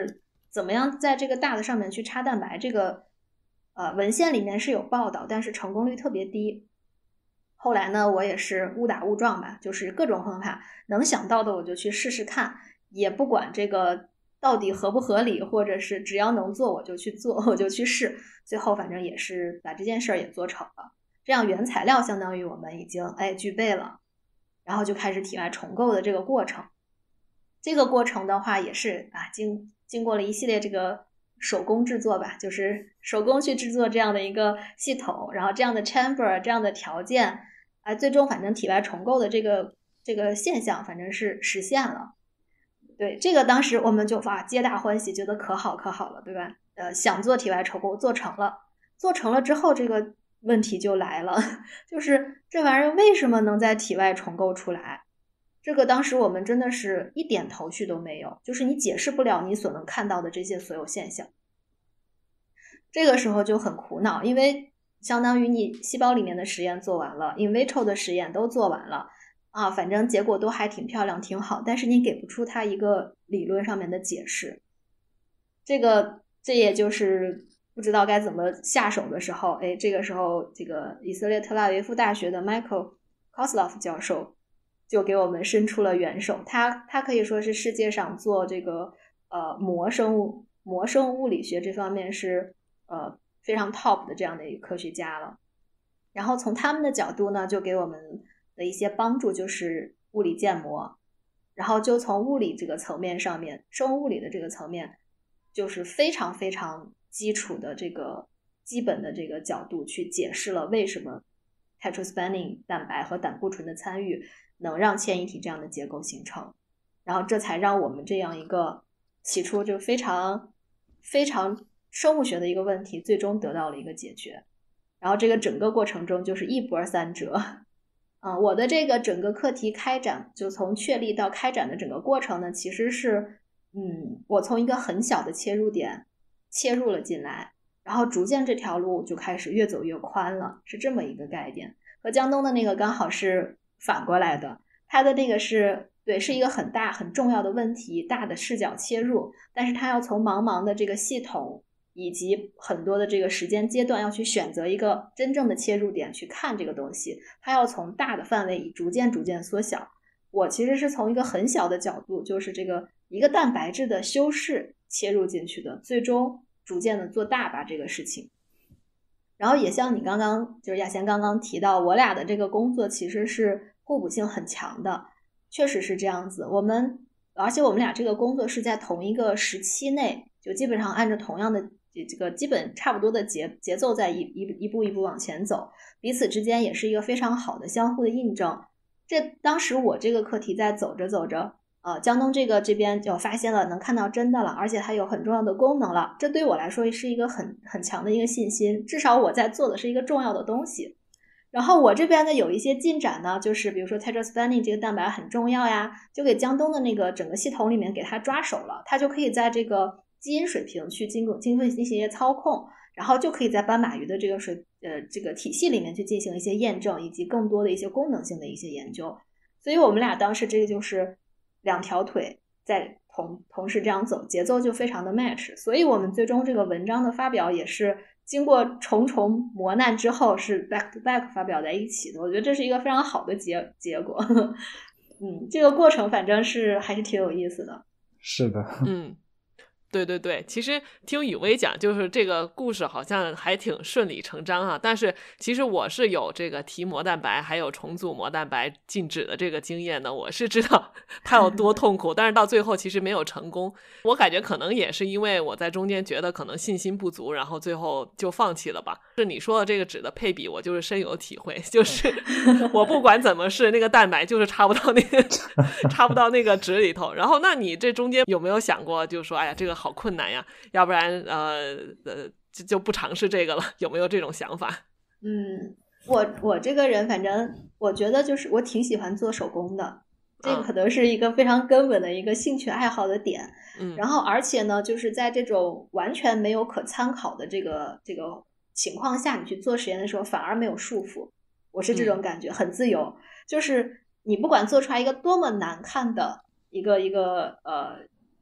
怎么样在这个大的上面去插蛋白，这个文献里面是有报道，但是成功率特别低。后来呢，我也是误打误撞吧，就是各种方法能想到的我就去试试看，也不管这个到底合不合理，或者是只要能做我就去做，我就去试，最后反正也是把这件事儿也做成了。这样原材料相当于我们已经具备了，然后就开始体外重构的这个过程。这个过程的话也是经过了一系列这个手工制作吧，就是手工去制作这样的一个系统，然后这样的 chamber 这样的条件，最终反正体外重构的这个现象反正是实现了。对，这个当时我们就皆大欢喜，觉得可好了，对吧？想做体外重构做成了之后，这个问题就来了，就是这玩意儿为什么能在体外重构出来？这个当时我们真的是一点头绪都没有，就是你解释不了你所能看到的这些所有现象。这个时候就很苦恼，因为相当于你细胞里面的实验做完了， in vitro 的实验都做完了反正结果都还挺漂亮挺好，但是你给不出它一个理论上面的解释。这也就是不知道该怎么下手的时候，这个时候这个以色列特拉维夫大学的 Michael Kosloff 教授就给我们伸出了援手。他可以说是世界上做这个膜生物理学这方面是非常 top 的这样的一个科学家了。然后从他们的角度呢，就给我们的一些帮助就是物理建模，然后就从物理这个层面上面，生物物理的这个层面，就是非常非常基础的这个基本的这个角度去解释了为什么 tetraspanin 蛋白和胆固醇的参与能让迁移体这样的结构形成，然后这才让我们这样一个起初就非常非常生物学的一个问题最终得到了一个解决。然后这个整个过程中就是一波三折我的这个整个课题开展，就从确立到开展的整个过程呢，其实是我从一个很小的切入点切入了进来，然后逐渐这条路就开始越走越宽了，是这么一个概念。和江东的那个刚好是反过来的，他的那个是一个很大很重要的问题，大的视角切入，但是他要从茫茫的这个系统以及很多的这个时间阶段要去选择一个真正的切入点去看这个东西，他要从大的范围逐渐缩小。我其实是从一个很小的角度，就是这个一个蛋白质的修饰切入进去的，最终逐渐的做大把这个事情。然后也像你刚刚就是亚贤刚刚提到，我俩的这个工作其实是互补性很强的，确实是这样子。而且我们俩这个工作是在同一个时期内，就基本上按照同样的这个基本差不多的节奏在一步一步往前走，彼此之间也是一个非常好的相互的印证。当时我这个课题在走着江东这边就发现了能看到真的了，而且它有很重要的功能了，这对我来说是一个很强的一个信心，至少我在做的是一个重要的东西。然后我这边呢有一些进展呢，就是比如说 tetraspanin 这个蛋白很重要呀，就给江东的那个整个系统里面给它抓手了，它就可以在这个基因水平去经过进行一些操控，然后就可以在斑马鱼的这个体系里面去进行一些验证，以及更多的一些功能性的一些研究。所以我们俩当时这个就是两条腿在同时这样走，节奏就非常的 match。所以我们最终这个文章的发表也是经过重重磨难之后是 back to back 发表在一起的，我觉得这是一个非常好的结果。这个过程反正还是挺有意思的。 是的。 对，其实听雨薇讲，就是这个故事好像还挺顺理成章啊。但是其实我是有这个提膜蛋白还有重组膜蛋白静止的这个经验的，我是知道它有多痛苦，但是到最后其实没有成功。我感觉可能也是因为我在中间觉得可能信心不足，然后最后就放弃了吧。是你说的这个纸的配比，我就是深有体会，就是我不管怎么试，那个蛋白就是插不到那个纸里头。然后那你这中间有没有想过，就是说哎呀这个好困难呀，要不然就不尝试这个了，有没有这种想法？ 我这个人反正我觉得就是我挺喜欢做手工的，这个可能是一个非常根本的一个兴趣爱好的点。然后而且呢就是在这种完全没有可参考的这个情况下，你去做实验的时候反而没有束缚，我是这种感觉，很自由。就是你不管做出来一个多么难看的一个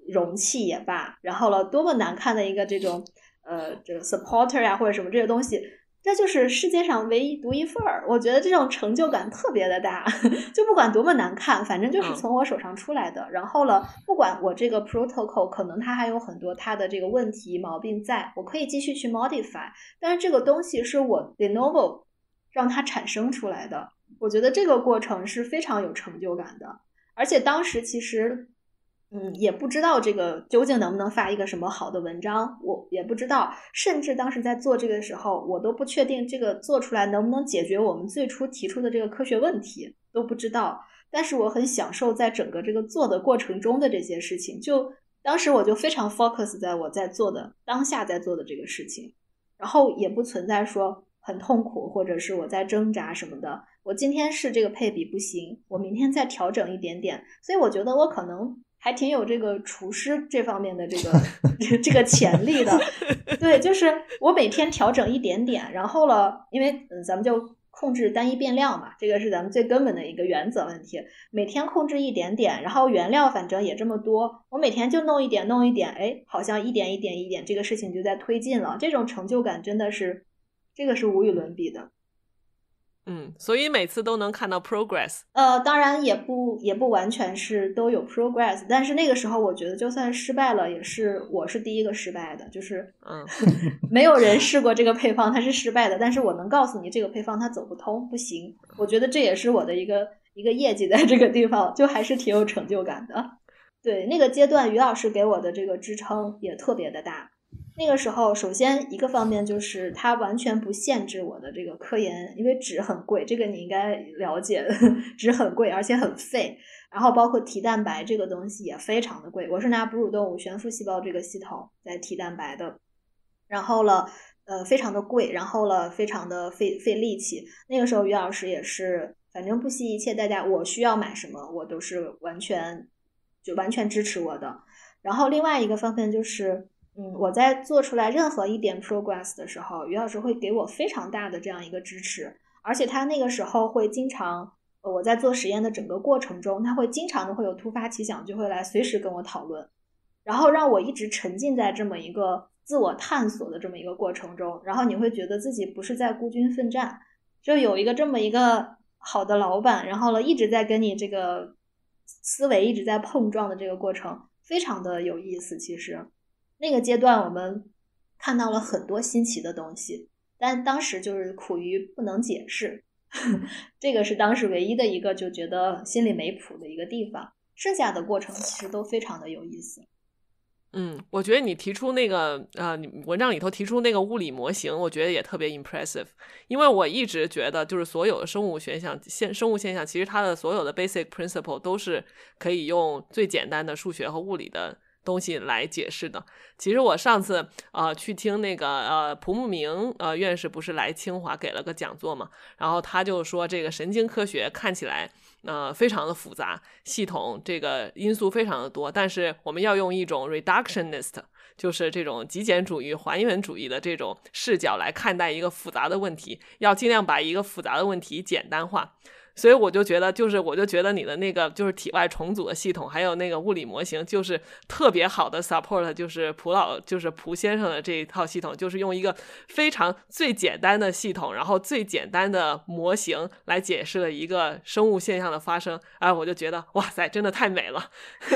容器也罢，然后了多么难看的一个这种这个 supporter 啊或者什么这些东西，这就是世界上唯一独一份儿。我觉得这种成就感特别的大，就不管多么难看，反正就是从我手上出来的。然后了，不管我这个 protocol 可能它还有很多它的这个问题毛病在，我可以继续去 modify， 但是这个东西是我 de novo 让它产生出来的。我觉得这个过程是非常有成就感的，而且当时其实也不知道这个究竟能不能发一个什么好的文章，我也不知道，甚至当时在做这个的时候，我都不确定这个做出来能不能解决我们最初提出的这个科学问题，都不知道。但是我很享受在整个这个做的过程中的这些事情，就当时我就非常 focus 在我在做的当下在做的这个事情，然后也不存在说很痛苦或者是我在挣扎什么的。我今天是这个配比不行，我明天再调整一点点，所以我觉得我可能还挺有这个厨师这方面的这个这个潜力的。对，就是我每天调整一点点，然后了，因为咱们就控制单一变量嘛，这个是咱们最根本的一个原则问题。每天控制一点点，然后原料反正也这么多，我每天就弄一点弄一点，哎，好像一点一点一点，这个事情就在推进了。这种成就感真的是，这个是无与伦比的。 所以每次都能看到 progress。 当然也不完全是都有 progress， 但是那个时候我觉得就算失败了，也是我是第一个失败的，就是没有人试过这个配方它是失败的，但是我能告诉你这个配方它走不通不行，我觉得这也是我的一个业绩在这个地方，就还是挺有成就感的。对，那个阶段于老师给我的这个支撑也特别的大。那个时候首先一个方面就是它完全不限制我的这个科研，因为纸很贵，这个你应该了解，纸很贵而且很废，然后包括提蛋白这个东西也非常的贵，我是拿哺乳动物悬浮细胞这个系统在提蛋白的，然后了非常的贵，然后了非常的费力气。那个时候于老师也是反正不惜一切代价，我需要买什么我都是完全支持我的。然后另外一个方面就是我在做出来任何一点 progress 的时候，于老师会给我非常大的这样一个支持，而且他那个时候会经常我在做实验的整个过程中，他会经常的会有突发奇想，就会来随时跟我讨论，然后让我一直沉浸在这么一个自我探索的这么一个过程中，然后你会觉得自己不是在孤军奋战，就有一个这么一个好的老板，然后了一直在跟你这个思维一直在碰撞的这个过程非常的有意思。其实那个阶段我们看到了很多新奇的东西，但当时就是苦于不能解释这个是当时唯一的一个就觉得心里没谱的一个地方，剩下的过程其实都非常的有意思。 我觉得你提出那个你文章里头提出那个物理模型，我觉得也特别 impressive， 因为我一直觉得就是所有的生物现象其实它的所有的 basic principle 都是可以用最简单的数学和物理的东西来解释的。其实我上次去听那个蒲牧明院士不是来清华给了个讲座嘛，然后他就说这个神经科学看起来非常的复杂，系统这个因素非常的多，但是我们要用一种 reductionist， 就是这种极简主义还原主义的这种视角来看待一个复杂的问题，要尽量把一个复杂的问题简单化。所以我就觉得你的那个就是体外重组的系统还有那个物理模型就是特别好的 support， 就是蒲先生的这一套系统，就是用一个非常最简单的系统，然后最简单的模型来解释了一个生物现象的发生。我就觉得哇塞，真的太美了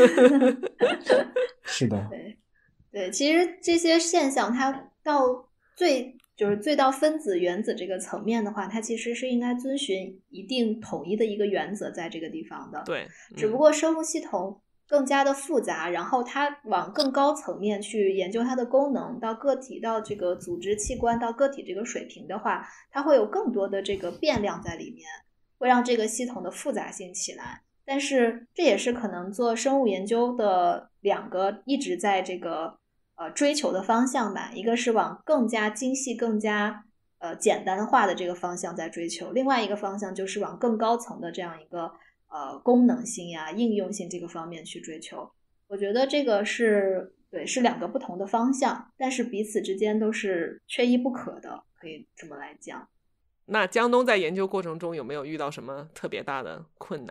是的， 对，其实这些现象它到最到分子原子这个层面的话，它其实是应该遵循一定统一的一个原则在这个地方的。 对， 只不过生物系统更加的复杂，然后它往更高层面去研究它的功能，到个体到这个组织器官到个体这个水平的话，它会有更多的这个变量在里面，会让这个系统的复杂性起来。但是这也是可能做生物研究的两个一直在这个追求的方向吧，一个是往更加精细更加简单化的这个方向在追求，另外一个方向就是往更高层的这样一个功能性呀应用性这个方面去追求。我觉得这个是两个不同的方向，但是彼此之间都是缺一不可的，可以这么来讲。 那江东在研究过程中有没有遇到什么特别大的困难？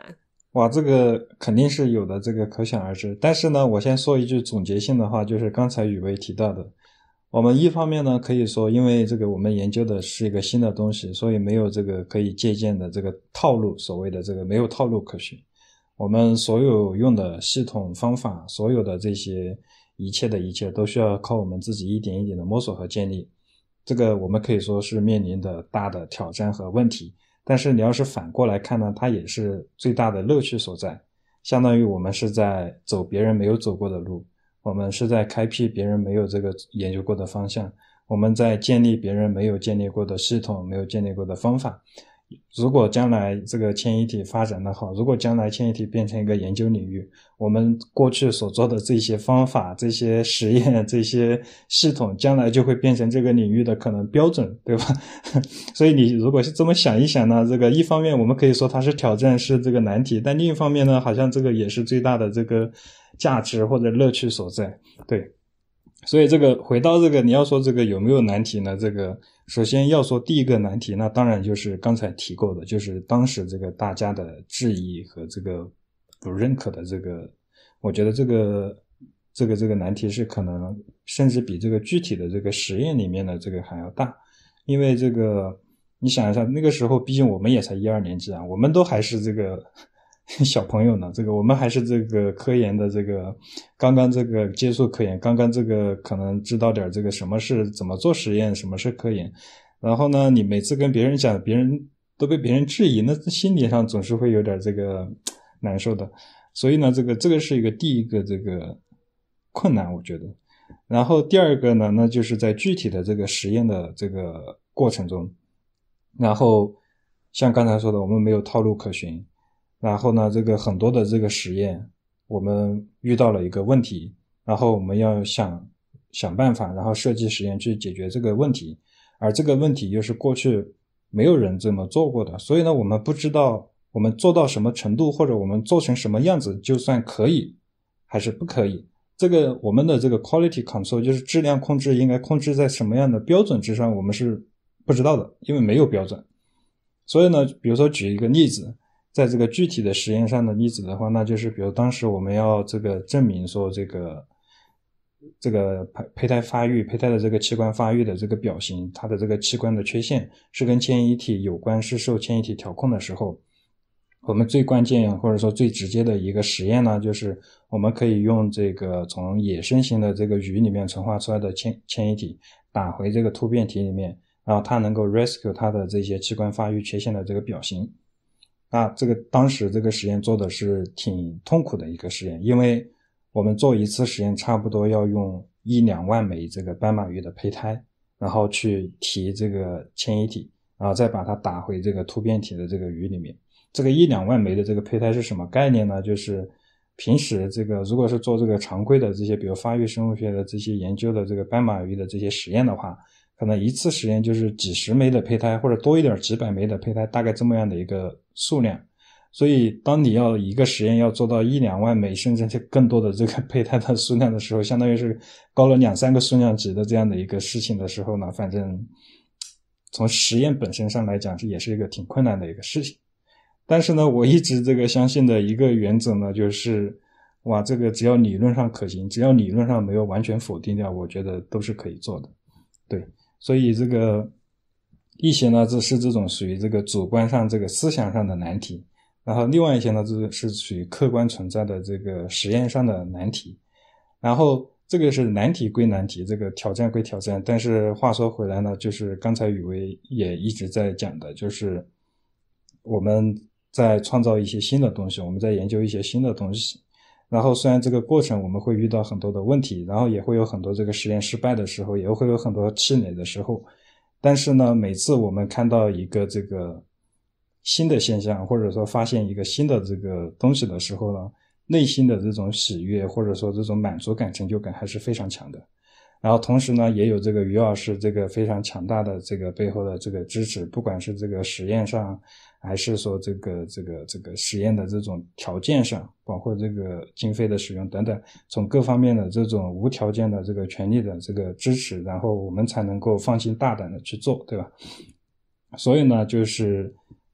哇，这个肯定是有的，这个可想而知。但是呢，我先说一句总结性的话，就是刚才宇威提到的，我们一方面呢可以说，因为这个我们研究的是一个新的东西，所以没有这个可以借鉴的这个套路，所谓的这个没有套路可循。我们所有用的系统方法，所有的这些一切的一切都需要靠我们自己一点一点的摸索和建立。这个我们可以说是面临的大的挑战和问题。但是你要是反过来看呢，它也是最大的乐趣所在，相当于我们是在走别人没有走过的路，我们是在开辟别人没有这个研究过的方向，我们在建立别人没有建立过的系统，没有建立过的方法。如果将来这个迁移体发展的好，如果将来迁移体变成一个研究领域，我们过去所做的这些方法，这些实验，这些系统，将来就会变成这个领域的可能标准，对吧？所以你如果是这么想一想呢，这个一方面我们可以说它是挑战，是这个难题，但另一方面呢，好像这个也是最大的这个价值或者乐趣所在。对，所以这个回到这个你要说这个有没有难题呢，这个首先要说第一个难题，那当然就是刚才提过的，就是当时这个大家的质疑和这个不认可的这个，我觉得这个难题是可能甚至比这个具体的这个实验里面的这个还要大。因为这个你想一下，那个时候毕竟我们也才1、2年级啊，我们都还是这个小朋友呢，这个我们还是这个科研的这个刚刚这个接触科研，刚刚这个可能知道点这个什么是怎么做实验，什么是科研。然后呢，你每次跟别人讲，别人都被别人质疑，那心理上总是会有点这个难受的。所以呢，这个是一个第一个这个困难，我觉得。然后第二个呢，那就是在具体的这个实验的这个过程中，然后像刚才说的，我们没有套路可循。然后呢，这个很多的这个实验，我们遇到了一个问题，然后我们要想办法，然后设计实验去解决这个问题，而这个问题又是过去没有人这么做过的，所以呢，我们不知道我们做到什么程度，或者我们做成什么样子就算可以还是不可以。这个我们的这个 quality control 就是质量控制应该控制在什么样的标准之上，我们是不知道的，因为没有标准。所以呢，比如说举一个例子，在这个具体的实验上的例子的话，那就是比如当时我们要这个证明说这个胚胎发育，胚胎的这个器官发育的这个表型，它的这个器官的缺陷是跟迁移体有关，是受迁移体调控的时候，我们最关键或者说最直接的一个实验呢，就是我们可以用这个从野生型的这个鱼里面存化出来的迁移体打回这个突变体里面，然后它能够 rescue 它的这些器官发育缺陷的这个表型。那这个当时这个实验做的是挺痛苦的一个实验，因为我们做一次实验差不多要用1-2万枚这个斑马鱼的胚胎，然后去提这个迁移体，然后再把它打回这个突变体的这个鱼里面。这个1-2万枚的这个胚胎是什么概念呢？就是平时这个如果是做这个常规的这些比如发育生物学的这些研究的这个斑马鱼的这些实验的话，可能一次实验就是几十枚的胚胎，或者多一点几百枚的胚胎，大概这么样的一个数量。所以当你要一个实验要做到1-2万枚甚至是更多的这个胚胎的数量的时候，相当于是高了2-3个数量级的这样的一个事情的时候呢，反正从实验本身上来讲也是一个挺困难的一个事情。但是呢，我一直这个相信的一个原则呢，就是这个只要理论上可行，只要理论上没有完全否定掉，我觉得都是可以做的。对，所以这个一些呢，这是这种属于这个主观上这个思想上的难题，然后另外一些呢，这是属于客观存在的这个实验上的难题。然后这个是难题归难题，这个挑战归挑战，但是话说回来呢，就是刚才宇威也一直在讲的，就是我们在创造一些新的东西，我们在研究一些新的东西，然后虽然这个过程我们会遇到很多的问题，然后也会有很多这个实验失败的时候，也会有很多气馁的时候，但是呢，每次我们看到一个这个新的现象，或者说发现一个新的这个东西的时候呢，内心的这种喜悦或者说这种满足感、成就感还是非常强的。然后同时呢，也有这个于老师这个非常强大的这个背后的这个支持，不管是这个实验上，还是说这个实验的这种条件上，包括这个经费的使用等等，从各方面的这种无条件的这个权利的这个支持，然后我们才能够放心大胆的去做，对吧？所以呢，就是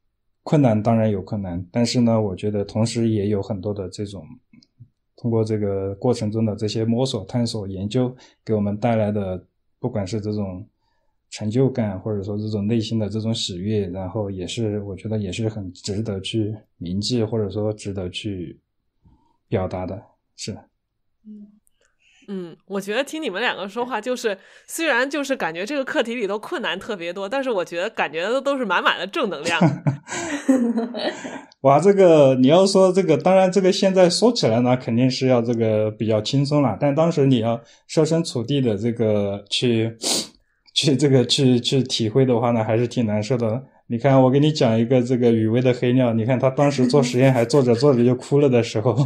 困难当然有困难，但是呢，我觉得同时也有很多的这种通过这个过程中的这些摸索、探索、研究，给我们带来的，不管是这种成就感，或者说这种内心的这种喜悦，然后也是我觉得也是很值得去铭记，或者说值得去表达的，是。 我觉得听你们两个说话，就是虽然就是感觉这个课题里头困难特别多，但是我觉得感觉都是满满的正能量。 哇，这个你要说这个，当然这个现在说起来呢，肯定是要这个比较轻松了，但当时你要设身处地的这个去体会的话呢，还是挺难受的。你看，我给你讲一个这个雨薇的黑料，你看他当时做实验还做着就哭了的时候。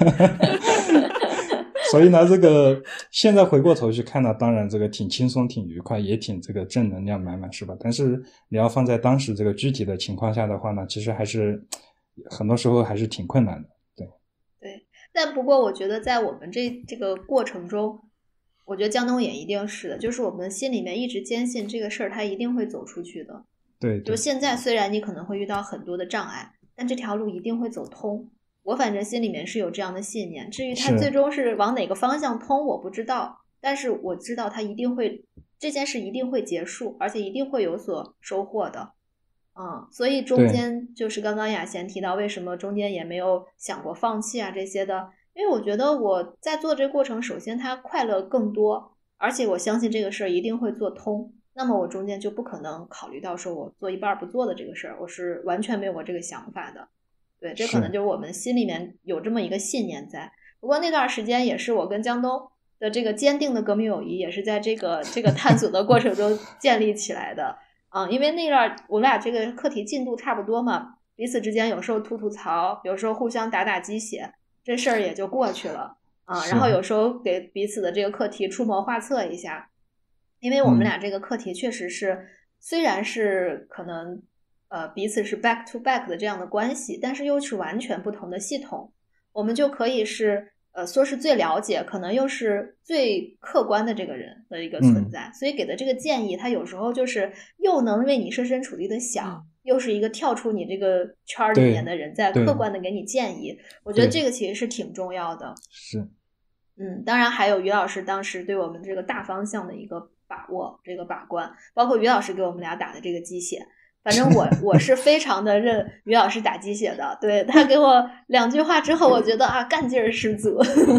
所以呢，这个现在回过头去看呢，当然这个挺轻松挺愉快，也挺这个正能量满满，是吧？但是你要放在当时这个具体的情况下的话呢，其实还是很多时候还是挺困难的。对， 但不过我觉得在我们这个过程中，我觉得江东也一定是的，就是我们心里面一直坚信这个事儿它一定会走出去的。 对， 就现在虽然你可能会遇到很多的障碍，但这条路一定会走通。我反正心里面是有这样的信念，至于它最终是往哪个方向通我不知道，但是我知道它一定会，这件事一定会结束，而且一定会有所收获的。所以中间就是刚刚雅贤提到为什么中间也没有想过放弃啊这些的，因为我觉得我在做这个过程，首先它快乐更多，而且我相信这个事儿一定会做通，那么我中间就不可能考虑到说我做一半不做的这个事儿，我是完全没有过这个想法的。对，这可能就是我们心里面有这么一个信念在。不过那段时间也是我跟江东的这个坚定的革命友谊，也是在这个探索的过程中建立起来的。因为那段我们俩这个课题进度差不多嘛，彼此之间有时候吐槽，有时候互相打鸡血，这事儿也就过去了然后有时候给彼此的这个课题出谋划策一下，因为我们俩这个课题确实是虽然是可能彼此是 back to back 的这样的关系，但是又是完全不同的系统，我们就可以是说是最了解，可能又是最客观的这个人的一个存在，所以给的这个建议，他有时候就是又能为你设身处地的想，又是一个跳出你这个圈里面的人在客观的给你建议，我觉得这个其实是挺重要的。 是， 当然还有于老师当时对我们这个大方向的一个把握，这个把关，包括于老师给我们俩打的这个鸡血。反正我是非常的认于老师打鸡血的，对，他给我2句话之后，我觉得干劲儿十足。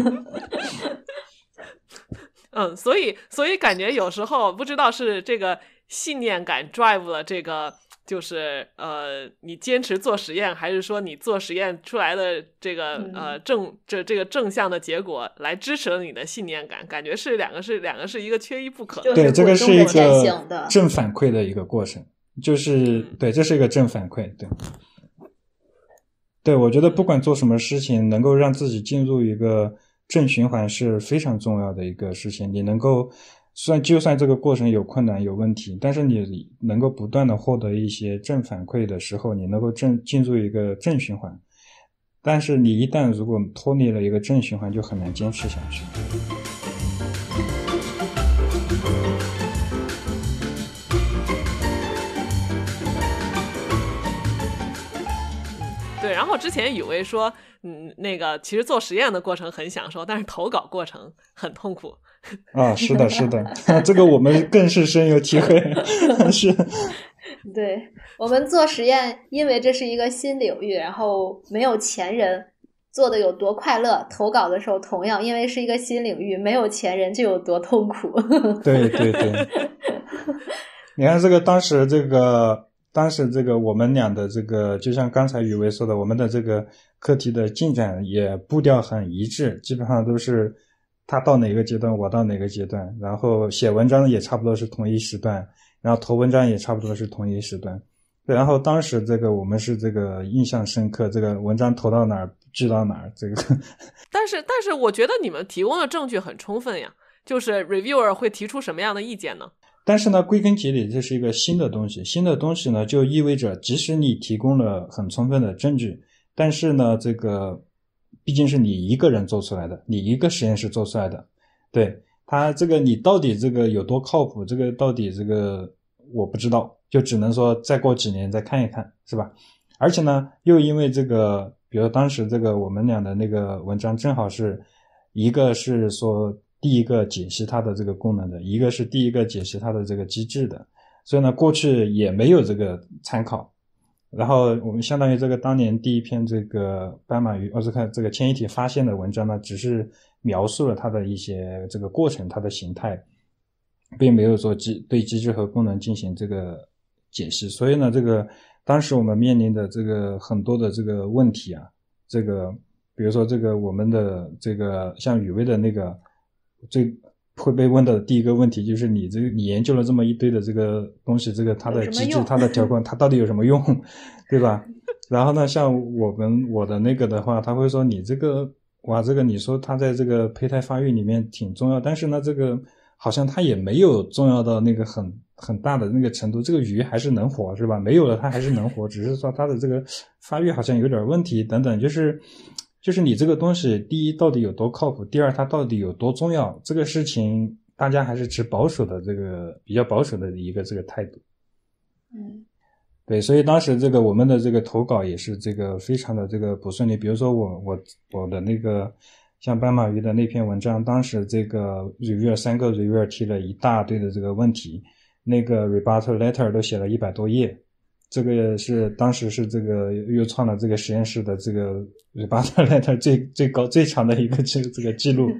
所以感觉有时候不知道是这个信念感 drive 了这个，就是你坚持做实验，还是说你做实验出来的这个这个正向的结果来支持了你的信念感，感觉是两个是一个缺一不可的。 对，这个是一个正反馈的一个过程。就是对，这是一个正反馈。对，我觉得不管做什么事情，能够让自己进入一个正循环是非常重要的一个事情。你能够就算这个过程有困难有问题，但是你能够不断的获得一些正反馈的时候，你能够进入一个正循环。但是你一旦如果脱离了一个正循环，就很难坚持下去。 对，然后之前雨薇说，那个其实做实验的过程很享受，但是投稿过程很痛苦。 是的，是的，这个我们更是深有体会。是， 对，我们做实验，因为这是一个新领域，然后没有前人做的有多快乐，投稿的时候同样，因为是一个新领域，没有前人就有多痛苦。 对，你看这个当时这个我们俩的这个，就像刚才雨薇说的，我们的这个课题的进展也步调很一致，基本上都是他到哪个阶段我到哪个阶段，然后写文章也差不多是同一时段，然后投文章也差不多是同一时段。对，然后当时这个我们是这个印象深刻，这个文章投到哪儿聚到哪儿，这个但是我觉得你们提供的证据很充分呀，就是 reviewer 会提出什么样的意见呢？ 但是呢，归根结底这是一个新的东西呢，就意味着即使你提供了很充分的证据，但是呢，这个毕竟是你一个人做出来的，你一个实验室做出来的，对，他这个你到底这个有多靠谱，这个到底这个我不知道，就只能说再过几年再看一看，是吧？ 而且呢，又因为这个，比如当时这个我们俩的那个文章正好是一个是说第一个解析它的这个功能的，一个是第一个解析它的这个机制的，所以呢，过去也没有这个参考。然后我们相当于这个当年第一篇这个斑马鱼这个迁移体发现的文章呢，只是描述了它的一些这个过程，它的形态，并没有说对机制和功能进行这个解释。所以呢，这个当时我们面临的这个很多的这个问题啊，这个比如说这个我们的这个像雨薇的那个最会被问的第一个问题就是你研究了这么一堆的这个东西，这个它的机制它的条款它到底有什么用，对吧？然后呢，像我的那个的话，他会说你这个你说它在这个胚胎发育里面挺重要，但是呢这个好像它也没有重要到那个很大的那个程度，这个鱼还是能活是吧？没有了它还是能活，只是说它的这个发育好像有点问题等等，就是你这个东西，第一到底有多靠谱，第二它到底有多重要，这个事情大家还是持保守的这个比较保守的一个这个态度。对，所以当时这个我们的这个投稿也是这个非常的这个不顺利。比如说我的那个像斑马鱼的那篇文章，当时这个 reviewer 3个 reviewer 提了一大堆的这个问题，那个 rebuttal letter 都写了100多页。这个是当时是这个又创了这个实验室的这个 rebuttal letter 最长的一个这个记录。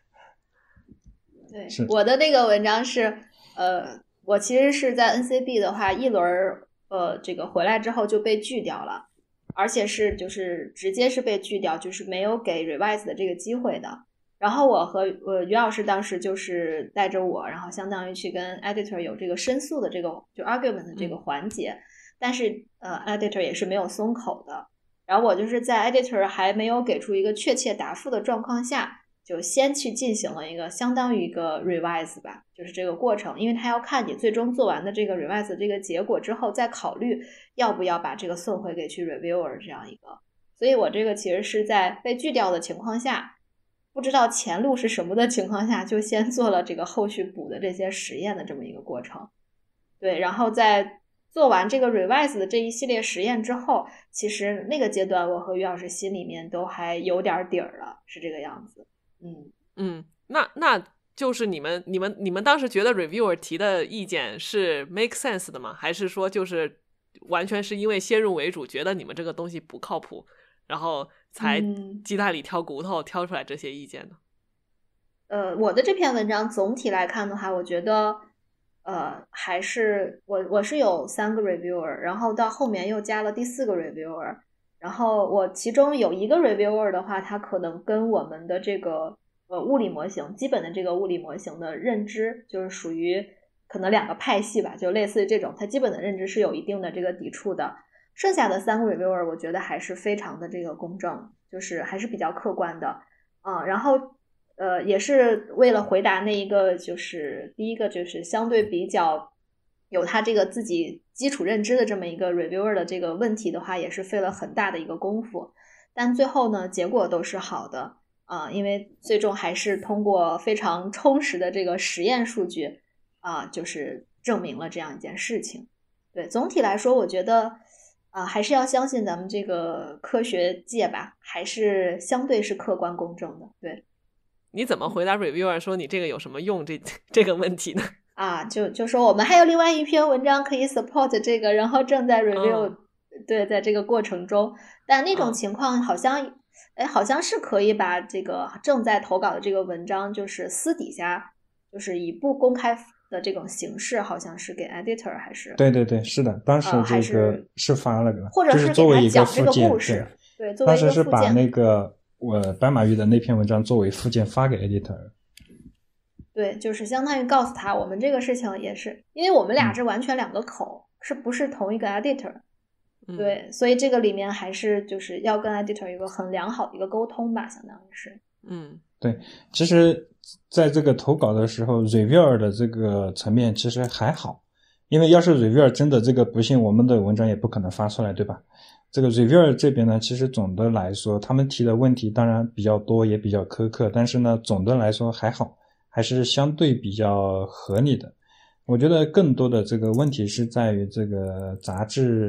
对，我的那个文章是我其实是在 NCB 的话一轮这个回来之后就被拒掉了，而且是就是直接是被拒掉，就是没有给 revise 的这个机会的。然后我和于老师当时就是带着我，然后相当于去跟 editor 有这个申诉的这个就 argument 的这个环节。但是editor 也是没有松口的，然后我就是在 editor 还没有给出一个确切答复的状况下，就先去进行了一个相当于一个 revise 吧，就是这个过程，因为他要看你最终做完的这个 revise 的这个结果之后，再考虑要不要把这个送回给去 reviewer 这样一个。所以我这个其实是在被拒掉的情况下，不知道前路是什么的情况下，就先做了这个后续补的这些实验的这么一个过程。对，然后在做完这个 revise 的这一系列实验之后，其实那个阶段我和于老师心里面都还有点底儿了，是这个样子。 那就是你们当时觉得 reviewer 提的意见是 make sense 的吗？还是说就是完全是因为先入为主，觉得你们这个东西不靠谱，然后才鸡蛋里挑骨头挑出来这些意见呢？ 我的这篇文章总体来看的话，我觉得还是我是有3个 reviewer， 然后到后面又加了第4个 reviewer， 然后我其中有一个 reviewer 的话，他可能跟我们的这个物理模型基本的这个物理模型的认知就是属于可能2个派系吧，就类似于这种，他基本的认知是有一定的这个抵触的。剩下的3个 reviewer 我觉得还是非常的这个公正，就是还是比较客观的然后也是为了回答那一个，就是第一个就是相对比较有他这个自己基础认知的这么一个 reviewer 的这个问题的话，也是费了很大的一个功夫，但最后呢结果都是好的因为最终还是通过非常充实的这个实验数据就是证明了这样一件事情。对，总体来说我觉得还是要相信咱们这个科学界吧，还是相对是客观公正的。对， 你怎么回答 reviewer 说你这个有什么用这个问题呢？ 就说我们还有另外一篇文章可以 support 这个，然后正在 review对，在这个过程中，但那种情况好像是可以把这个正在投稿的这个文章就是私底下就是以不公开的这种形式，好像是给 editor 还是对是的，当时这个是发了的， 或者是作为一个附件，对，作为一个附件， 当时是把那个斑马鱼的那篇文章作为附件发给 editor。 对，就是相当于告诉他我们这个事情也是因为我们俩是完全2个口，是不是同一个 editor。对，所以这个里面还是就是要跟 editor 有一个很良好的一个沟通吧，相当于是。 对，其实在这个投稿的时候 reviewer 的这个层面其实还好，因为要是 reviewer 真的这个不信，我们的文章也不可能发出来，对吧？这个 reviewer 这边呢，其实总的来说他们提的问题当然比较多也比较苛刻，但是呢总的来说还好，还是相对比较合理的。我觉得更多的这个问题是在于这个杂志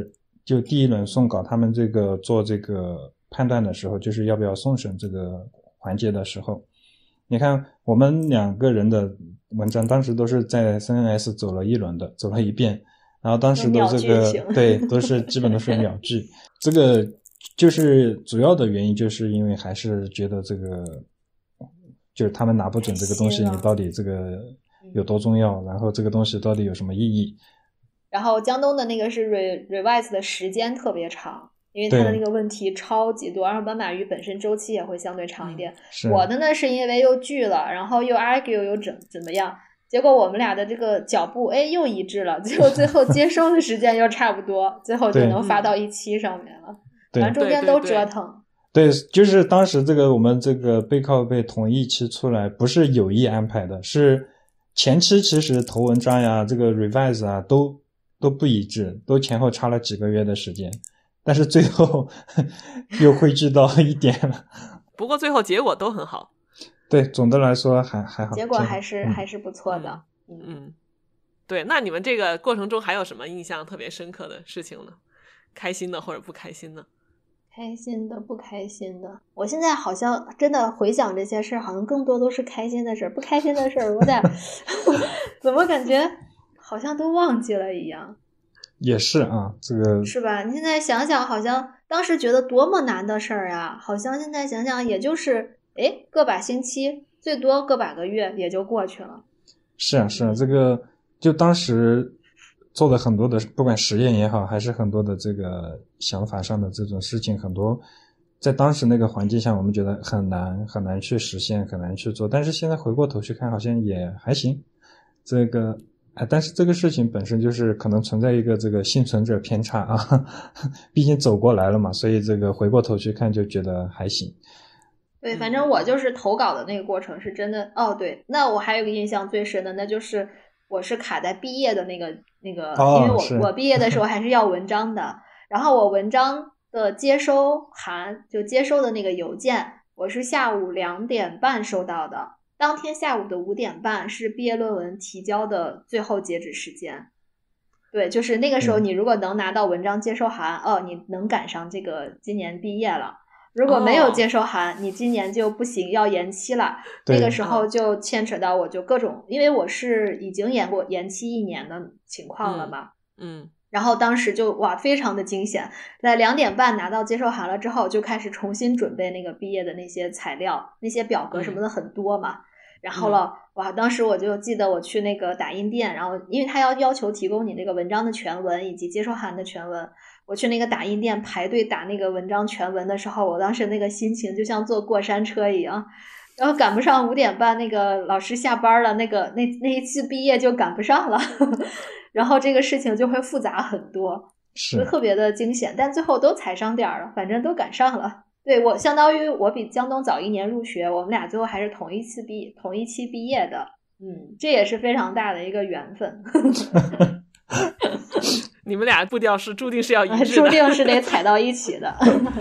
就第一轮送稿，他们这个做这个判断的时候，就是要不要送审这个环节的时候，你看我们2个人的文章当时都是在 CNS 走了一遍，然后当时都这个对都是基本都是秒拒。这个就是主要的原因，就是因为还是觉得这个就是他们拿不准这个东西你到底这个有多重要，然后这个东西到底有什么意义。 然后江东的那个是 revise 的时间特别长，因为他的那个问题超级多，然后斑马鱼本身周期也会相对长一点。我的呢是因为又拒了，然后又 argue 又怎么样，结果我们俩的这个脚步又一致了，结果最后接收的时间又差不多，最后就能发到一期上面了。反正中间都折腾。 对，就是当时这个我们这个背靠背同一期出来，不是有意安排的，是前期其实投文章呀，这个 revise 啊都不一致，都前后差了几个月的时间，但是最后又汇聚到一点了。 不过最后结果都很好。 对，总的来说还好， 结果还是不错的。 对，那你们这个过程中还有什么印象特别深刻的事情呢？开心的或者不开心的？ 开心的不开心的，我现在好像真的回想这些事儿，好像更多都是开心的事儿，不开心的事儿我得怎么感觉好像都忘记了一样。 也是啊，这个是吧？你现在想想，好像当时觉得多么难的事儿啊，好像现在想想也就是个把星期，最多个把个月也就过去了。 是啊，这个就当时做的很多的，不管实验也好，还是很多的这个想法上的这种事情，很多在当时那个环境下，我们觉得很难去实现，很难去做。但是现在回过头去看，好像也还行。这个但是这个事情本身就是可能存在一个这个幸存者偏差啊，毕竟走过来了嘛，所以这个回过头去看就觉得还行。 对，反正我就是投稿的那个过程是真的。对，那我还有一个印象最深的，那就是我是卡在毕业的那个，因为我毕业的时候还是要文章的，然后我文章的接收函就接收的那个邮件，我是下午2点半收到的，当天下午的5点半是毕业论文提交的最后截止时间。对，就是那个时候你如果能拿到文章接收函，你能赶上这个今年毕业了。如果没有接收函，你今年就不行，要延期了。那个时候就牵扯到我就各种，因为我是已经延期1年的情况了嘛。然后当时就非常的惊险，在2点半拿到接收函了之后，就开始重新准备那个毕业的那些材料，那些表格什么的很多嘛。然后当时我就记得我去那个打印店，然后因为他要求提供你那个文章的全文以及接收函的全文，我去那个打印店排队打那个文章全文的时候，我当时那个心情就像坐过山车一样，然后赶不上5点半那个老师下班了，那一次毕业就赶不上了然后这个事情就会复杂很多，就特别的惊险，但最后都踩上点了，反正都赶上了。对，我相当于我比江东早1年入学，我们俩最后还是同一期毕业的。这也是非常大的一个缘分你们俩步调是注定是要一致的， 注定是得踩到一起的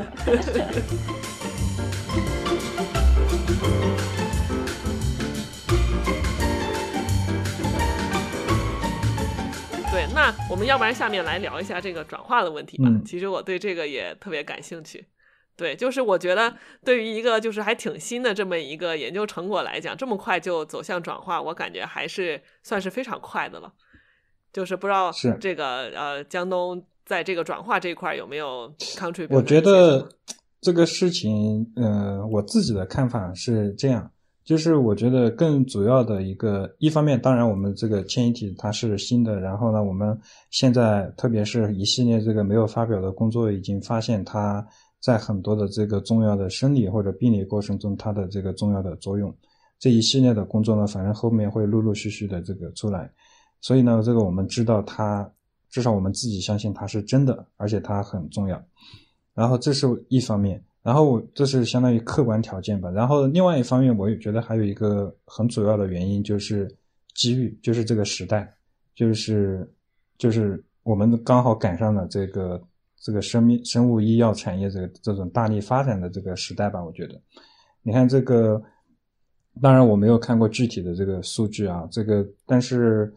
对，那我们要不然下面来聊一下这个转化的问题吧。其实我对这个也特别感兴趣。对，就是我觉得对于一个就是还挺新的这么一个研究成果来讲，这么快就走向转化，我感觉还是算是非常快的了。就是不知道这个江东在这个转化这一块有没有 contribute？ 我觉得这个事情我自己的看法是这样，就是我觉得更主要的一方面，当然我们这个迁移体它是新的，然后呢我们现在特别是一系列这个没有发表的工作已经发现它在很多的这个重要的生理或者病理过程中它的这个重要的作用，这一系列的工作呢反正后面会陆陆续续的这个出来，所以呢这个我们知道它，至少我们自己相信它是真的，而且它很重要，然后这是一方面，然后这是相当于客观条件吧，然后另外一方面我也觉得还有一个很主要的原因就是机遇，就是这个时代，就是我们刚好赶上了这个生物医药产业这种大力发展的这个时代吧。我觉得你看这个，当然我没有看过具体的这个数据啊，但是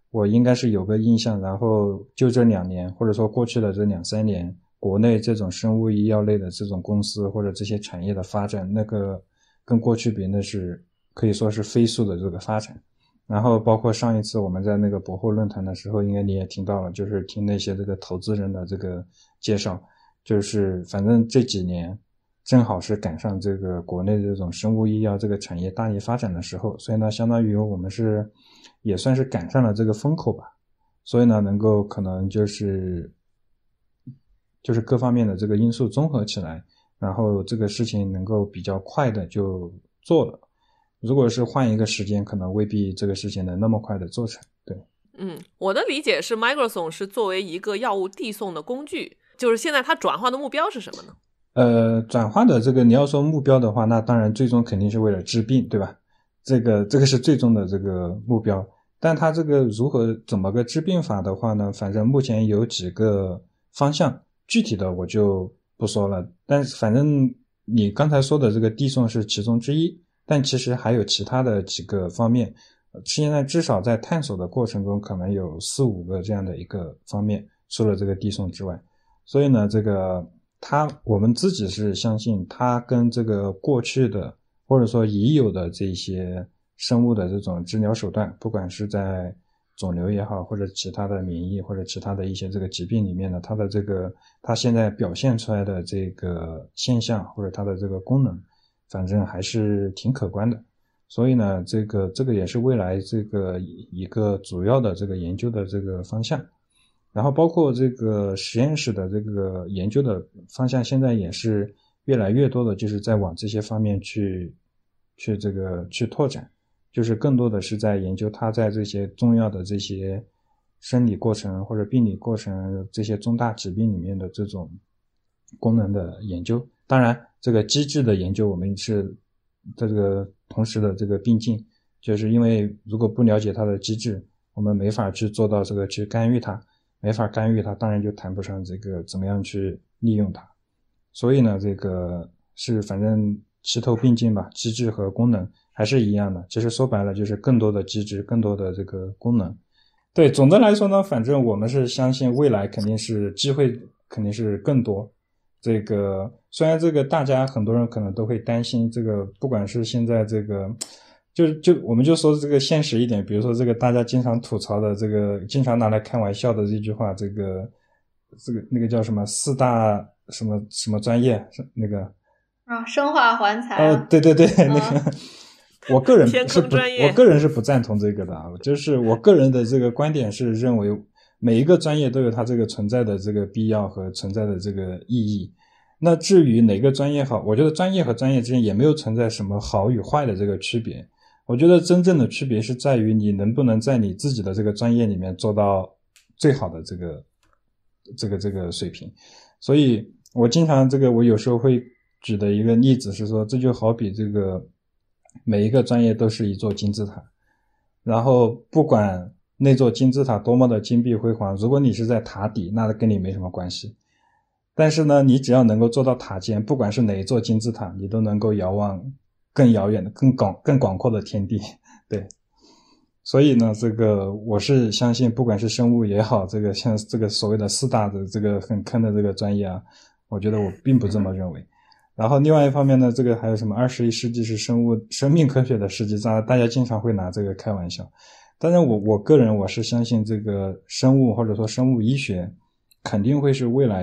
我应该是有个印象，然后就这2年，或者说过去的这2-3年，国内这种生物医药类的这种公司或者这些产业的发展，那个跟过去比那是可以说是飞速的这个发展。然后包括上一次我们在那个博后论坛的时候，应该你也听到了，就是听那些这个投资人的这个介绍，就是反正这几年正好是赶上这个国内这种生物医药这个产业大力发展的时候，所以呢相当于我们是也算是赶上了这个风口吧，所以呢能够可能就是各方面的这个因素综合起来，然后这个事情能够比较快的就做了。如果是换一个时间，可能未必这个事情能那么快的做成。对， 我的理解是 Microson 是作为一个药物递送的工具，就是现在它转化的目标是什么呢？ 转化的这个你要说目标的话，那当然最终肯定是为了治病，对吧？这个是最终的这个目标。但它这个怎么个治病法的话呢，反正目前有几个方向，具体的我就不说了。但是反正你刚才说的这个递送是其中之一，但其实还有其他的几个方面，现在至少在探索的过程中可能有4-5个这样的一个方面，除了这个递送之外。所以呢这个我们自己是相信它跟这个过去的或者说已有的这些生物的这种治疗手段，不管是在肿瘤也好，或者其他的免疫或者其他的一些这个疾病里面呢，它现在表现出来的这个现象或者它的这个功能反正还是挺可观的。所以呢这个也是未来这个一个主要的这个研究的这个方向。然后包括这个实验室的这个研究的方向，现在也是越来越多的就是在往这些方面去拓展，就是更多的是在研究它在这些重要的这些生理过程或者病理过程这些重大疾病里面的这种功能的研究。当然这个机制的研究我们是这个同时的这个并进，就是因为如果不了解它的机制，我们没法去做到这个去干预它，没法干预它，当然就谈不上这个怎么样去利用它。所以呢这个是反正齐头并进吧，机制和功能还是一样的，其实说白了就是更多的机制，更多的这个功能。对，总的来说呢，反正我们是相信未来肯定是机会肯定是更多。这个虽然这个大家很多人可能都会担心，这个不管是现在这个我们就说这个现实一点，比如说这个大家经常吐槽的这个经常拿来开玩笑的这句话，那个叫什么4大什么专业那个生化环材对那个我个人是不赞同这个的啊，就是我个人的这个观点是认为每一个专业都有它这个存在的这个必要和存在的这个意义。那至于哪个专业好，我觉得专业和专业之间也没有存在什么好与坏的这个区别。我觉得真正的区别是在于你能不能在你自己的这个专业里面做到最好的这个水平。所以我经常我有时候会举的一个例子是说，这就好比这个每一个专业都是一座金字塔，然后不管那座金字塔多么的金碧辉煌，如果你是在塔底，那跟你没什么关系。但是呢，你只要能够做到塔尖，不管是哪一座金字塔，你都能够遥望更遥远的更广阔的天地。对，所以呢我是相信不管是生物也好，像这个所谓的4大的这个很坑的这个专业啊，我觉得我并不这么认为。然后另外一方面呢，还有什么21世纪是生命科学的世纪，大家经常会拿这个开玩笑。当然我个人我是相信这个生物或者说生物医学肯定会是未来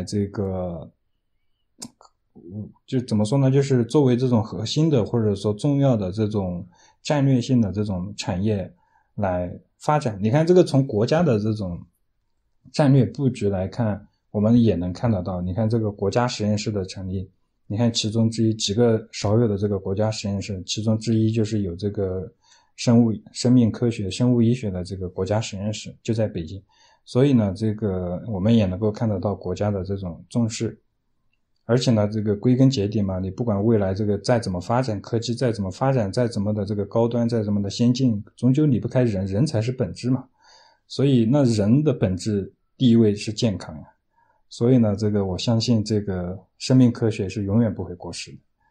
就怎么说呢，就是作为这种核心的或者说重要的这种战略性的这种产业来发展。你看这个从国家的这种战略布局来看，我们也能看得到。你看这个国家实验室的成立，你看其中之一几个少有的这个国家实验室，其中之一就是有这个生命科学生物医学的这个国家实验室，就在北京。所以呢我们也能够看得到国家的这种重视。而且呢归根结底嘛，你不管未来再怎么发展，科技再怎么发展，再怎么的高端，再怎么的先进，终究离不开人才是本质嘛。所以那人的本质第一位是健康呀。所以呢我相信生命科学是永远不会过时的。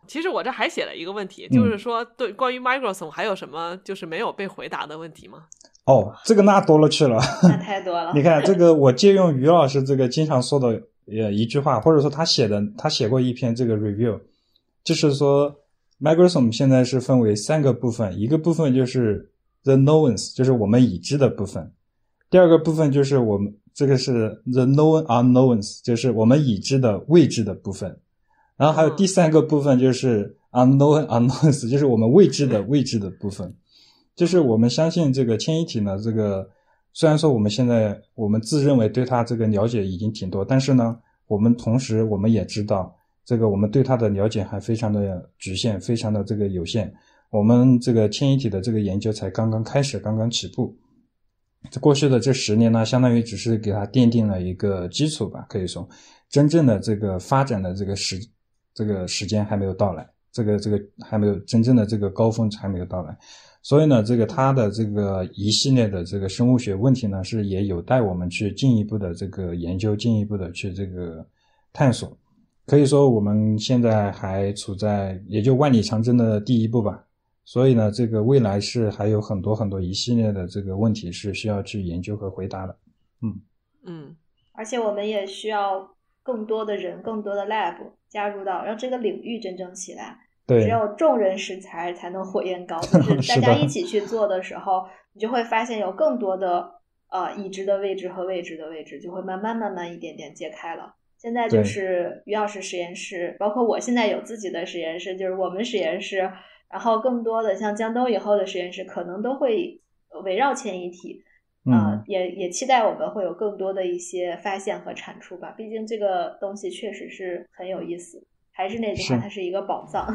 其实我这还写了一个问题，就是说对关于 microsome 还有什么就是没有被回答的问题吗？ 这个那多了去了， 那太多了。 你看这个，我借用于老师这个经常说的一句话，或者说他写过一篇这个 review， 就是说 microsome 现在是分为3个部分，一个部分就是 the knowns， 就是我们已知的部分，第二个部分就是我们这个是 the known unknowns， 就是我们已知的未知的部分，然后还有第3个部分就是 unknown unknowns， 就是我们未知的部分。就是我们相信这个迁移体呢，这个虽然说我们自认为对它这个了解已经挺多，但是呢，同时我们也知道这个我们对它的了解还非常的局限，非常的这个有限。我们这个迁移体的这个研究才刚刚开始，刚刚起步。过去的这10年呢，相当于只是给它奠定了一个基础吧，可以说真正的这个发展的这个时间还没有到来，这个还没有真正的这个高峰还没有到来。所以呢，这个它的这个一系列的这个生物学问题呢，是也有待我们去进一步的这个研究，进一步的去这个探索。可以说我们现在还处在也就万里长征的第一步吧。所以呢，这个未来是还有很多很多一系列的这个问题是需要去研究和回答的。 而且我们也需要更多的人，更多的 lab 加入到，让这个领域真正起来。 对， 只有众人拾柴才能火焰高，就是大家一起去做的时候，你就会发现有更多的已知的位置和未知的位置就会慢慢一点点揭开了。现在就是于老师实验室，包括我现在有自己的实验室，就是我们实验室，然后更多的像江东以后的实验室可能都会围绕迁移体。也期待我们会有更多的一些发现和产出吧，毕竟这个东西确实是很有意思。还是那句话，它是一个宝藏。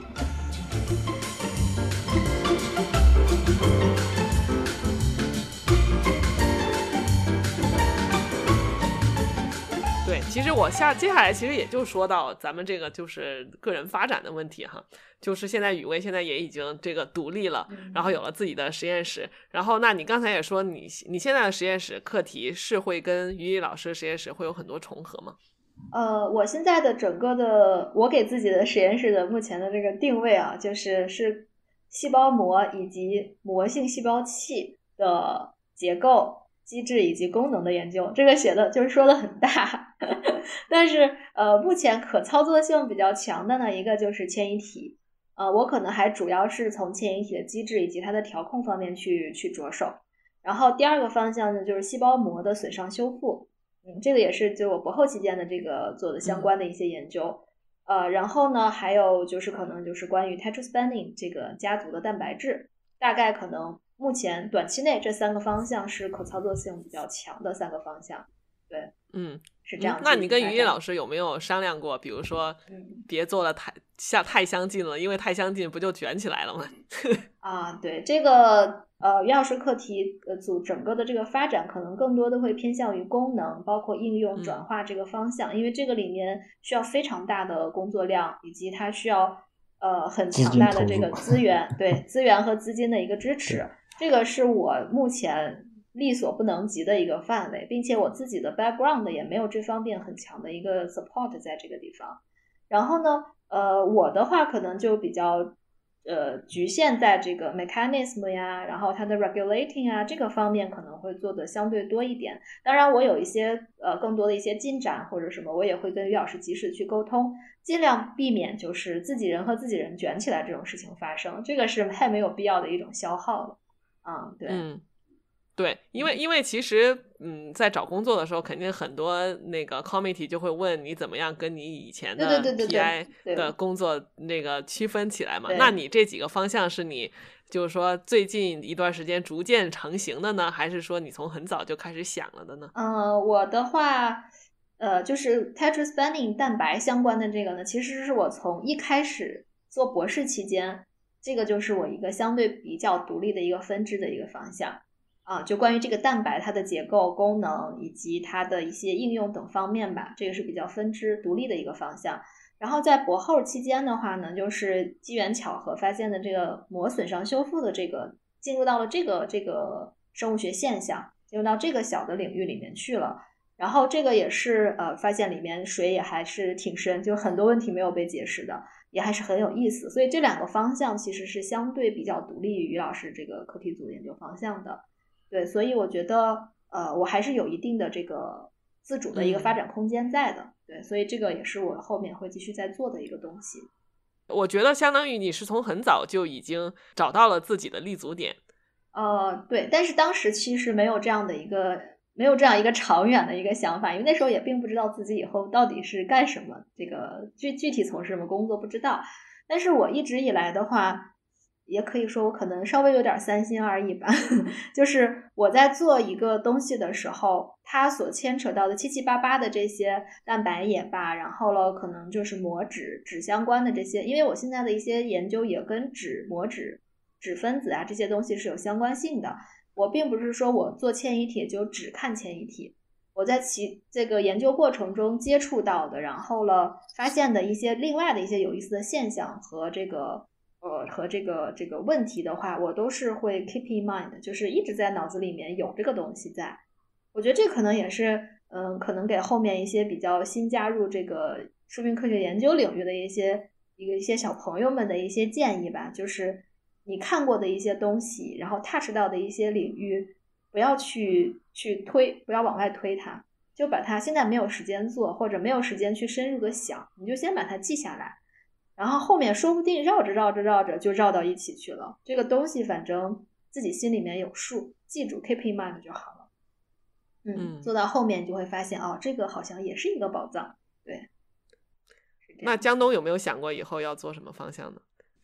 对，其实我接下来其实也就说到咱们这个就是个人发展的问题哈，就是现在雨薇现在也已经这个独立了，然后有了自己的实验室，然后那你刚才也说你现在的实验室课题是会跟于毅老师实验室会有很多重合吗？ 我现在的整个的我给自己的实验室的目前的这个定位啊，是细胞膜以及膜性细胞器的结构、机制以及功能的研究。这个写的就是说的很大，但是目前可操作性比较强的呢，一个就是迁移体。我可能还主要是从迁移体的机制以及它的调控方面去着手。然后第二个方向呢，就是细胞膜的损伤修复。这个也是就我博后期间的这个做的相关的一些研究。然后呢，还有就是可能就是关于 tetraspanin 这个家族的蛋白质，大概可能目前短期内这3个方向是可操作性比较强的3个方向。对，是这样。 那你跟于毅老师有没有商量过，比如说别做了太相近了，因为太相近不就卷起来了吗？ 对，这个于老师课题组整个的这个发展可能更多的会偏向于功能，包括应用转化这个方向，因为这个里面需要非常大的工作量，以及它需要很强大的这个资源，对，资源和资金的一个支持，这个是我目前力所不能及的一个范围，并且我自己的 background 也没有这方面很强的一个 support 在这个地方。然后呢，我的话可能就比较局限在这个 mechanism 呀，然后它的 regulating 啊这个方面可能会做的相对多一点。当然我有一些更多的一些进展或者什么，我也会跟于老师及时去沟通，尽量避免就是自己人和自己人卷起来这种事情发生，这个是太没有必要的一种消耗了。对。 对，因为其实在找工作的时候，肯定很多那个 committee 就会问你怎么样跟你以前的 PI 的工作那个区分起来嘛。那你这几个方向是你就是说最近一段时间逐渐成型的呢，还是说你从很早就开始想了的呢？ 我的话就是 tetraspanin 蛋白相关的这个呢，其实是我从一开始做博士期间，这个就是我一个相对比较独立的一个分支的一个方向。就关于这个蛋白它的结构、功能以及它的一些应用等方面吧，这个是比较分支独立的一个方向。然后在博后期间的话呢，就是机缘巧合发现的这个膜损伤修复的这个进入到了这个生物学现象，进入到这个小的领域里面去了。然后这个也是发现里面水也还是挺深，就很多问题没有被解释的。 也还是很有意思。所以这两个方向其实是相对比较独立于于老师这个课题组研究方向的。对，所以我觉得我还是有一定的这个自主的一个发展空间在的。对，所以这个也是我后面会继续在做的一个东西。 我觉得相当于你是从很早就已经找到了自己的立足点。 对，但是当时其实没有这样一个长远的一个想法，因为那时候也并不知道自己以后到底是干什么，这个具体从事什么工作不知道。但是我一直以来的话，也可以说我可能稍微有点三心二意吧就是我在做一个东西的时候，它所牵扯到的七七八八的这些蛋白也罢，然后了可能就是膜脂相关的这些，因为我现在的一些研究也跟膜脂分子啊这些东西是有相关性的。我并不是说我做迁移体就只看迁移体，我在这个研究过程中接触到的，然后了发现的一些另外的一些有意思的现象和这个问题的话，我都是会 keep in mind， 就是一直在脑子里面有这个东西在。我觉得这可能也是可能给后面一些比较新加入这个生命科学研究领域的一些小朋友们的一些建议吧，就是你看过的一些东西，然后 touch 到的一些领域，不要去推，不要往外推它，就把它现在没有时间做，或者没有时间去深入的想，你就先把它记下来，然后后面说不定绕着就绕到一起去了。这个东西反正自己心里面有数，记住 keep in mind 就好了。做到后面你就会发现这个好像也是一个宝藏。对， 那江东有没有想过以后要做什么方向呢？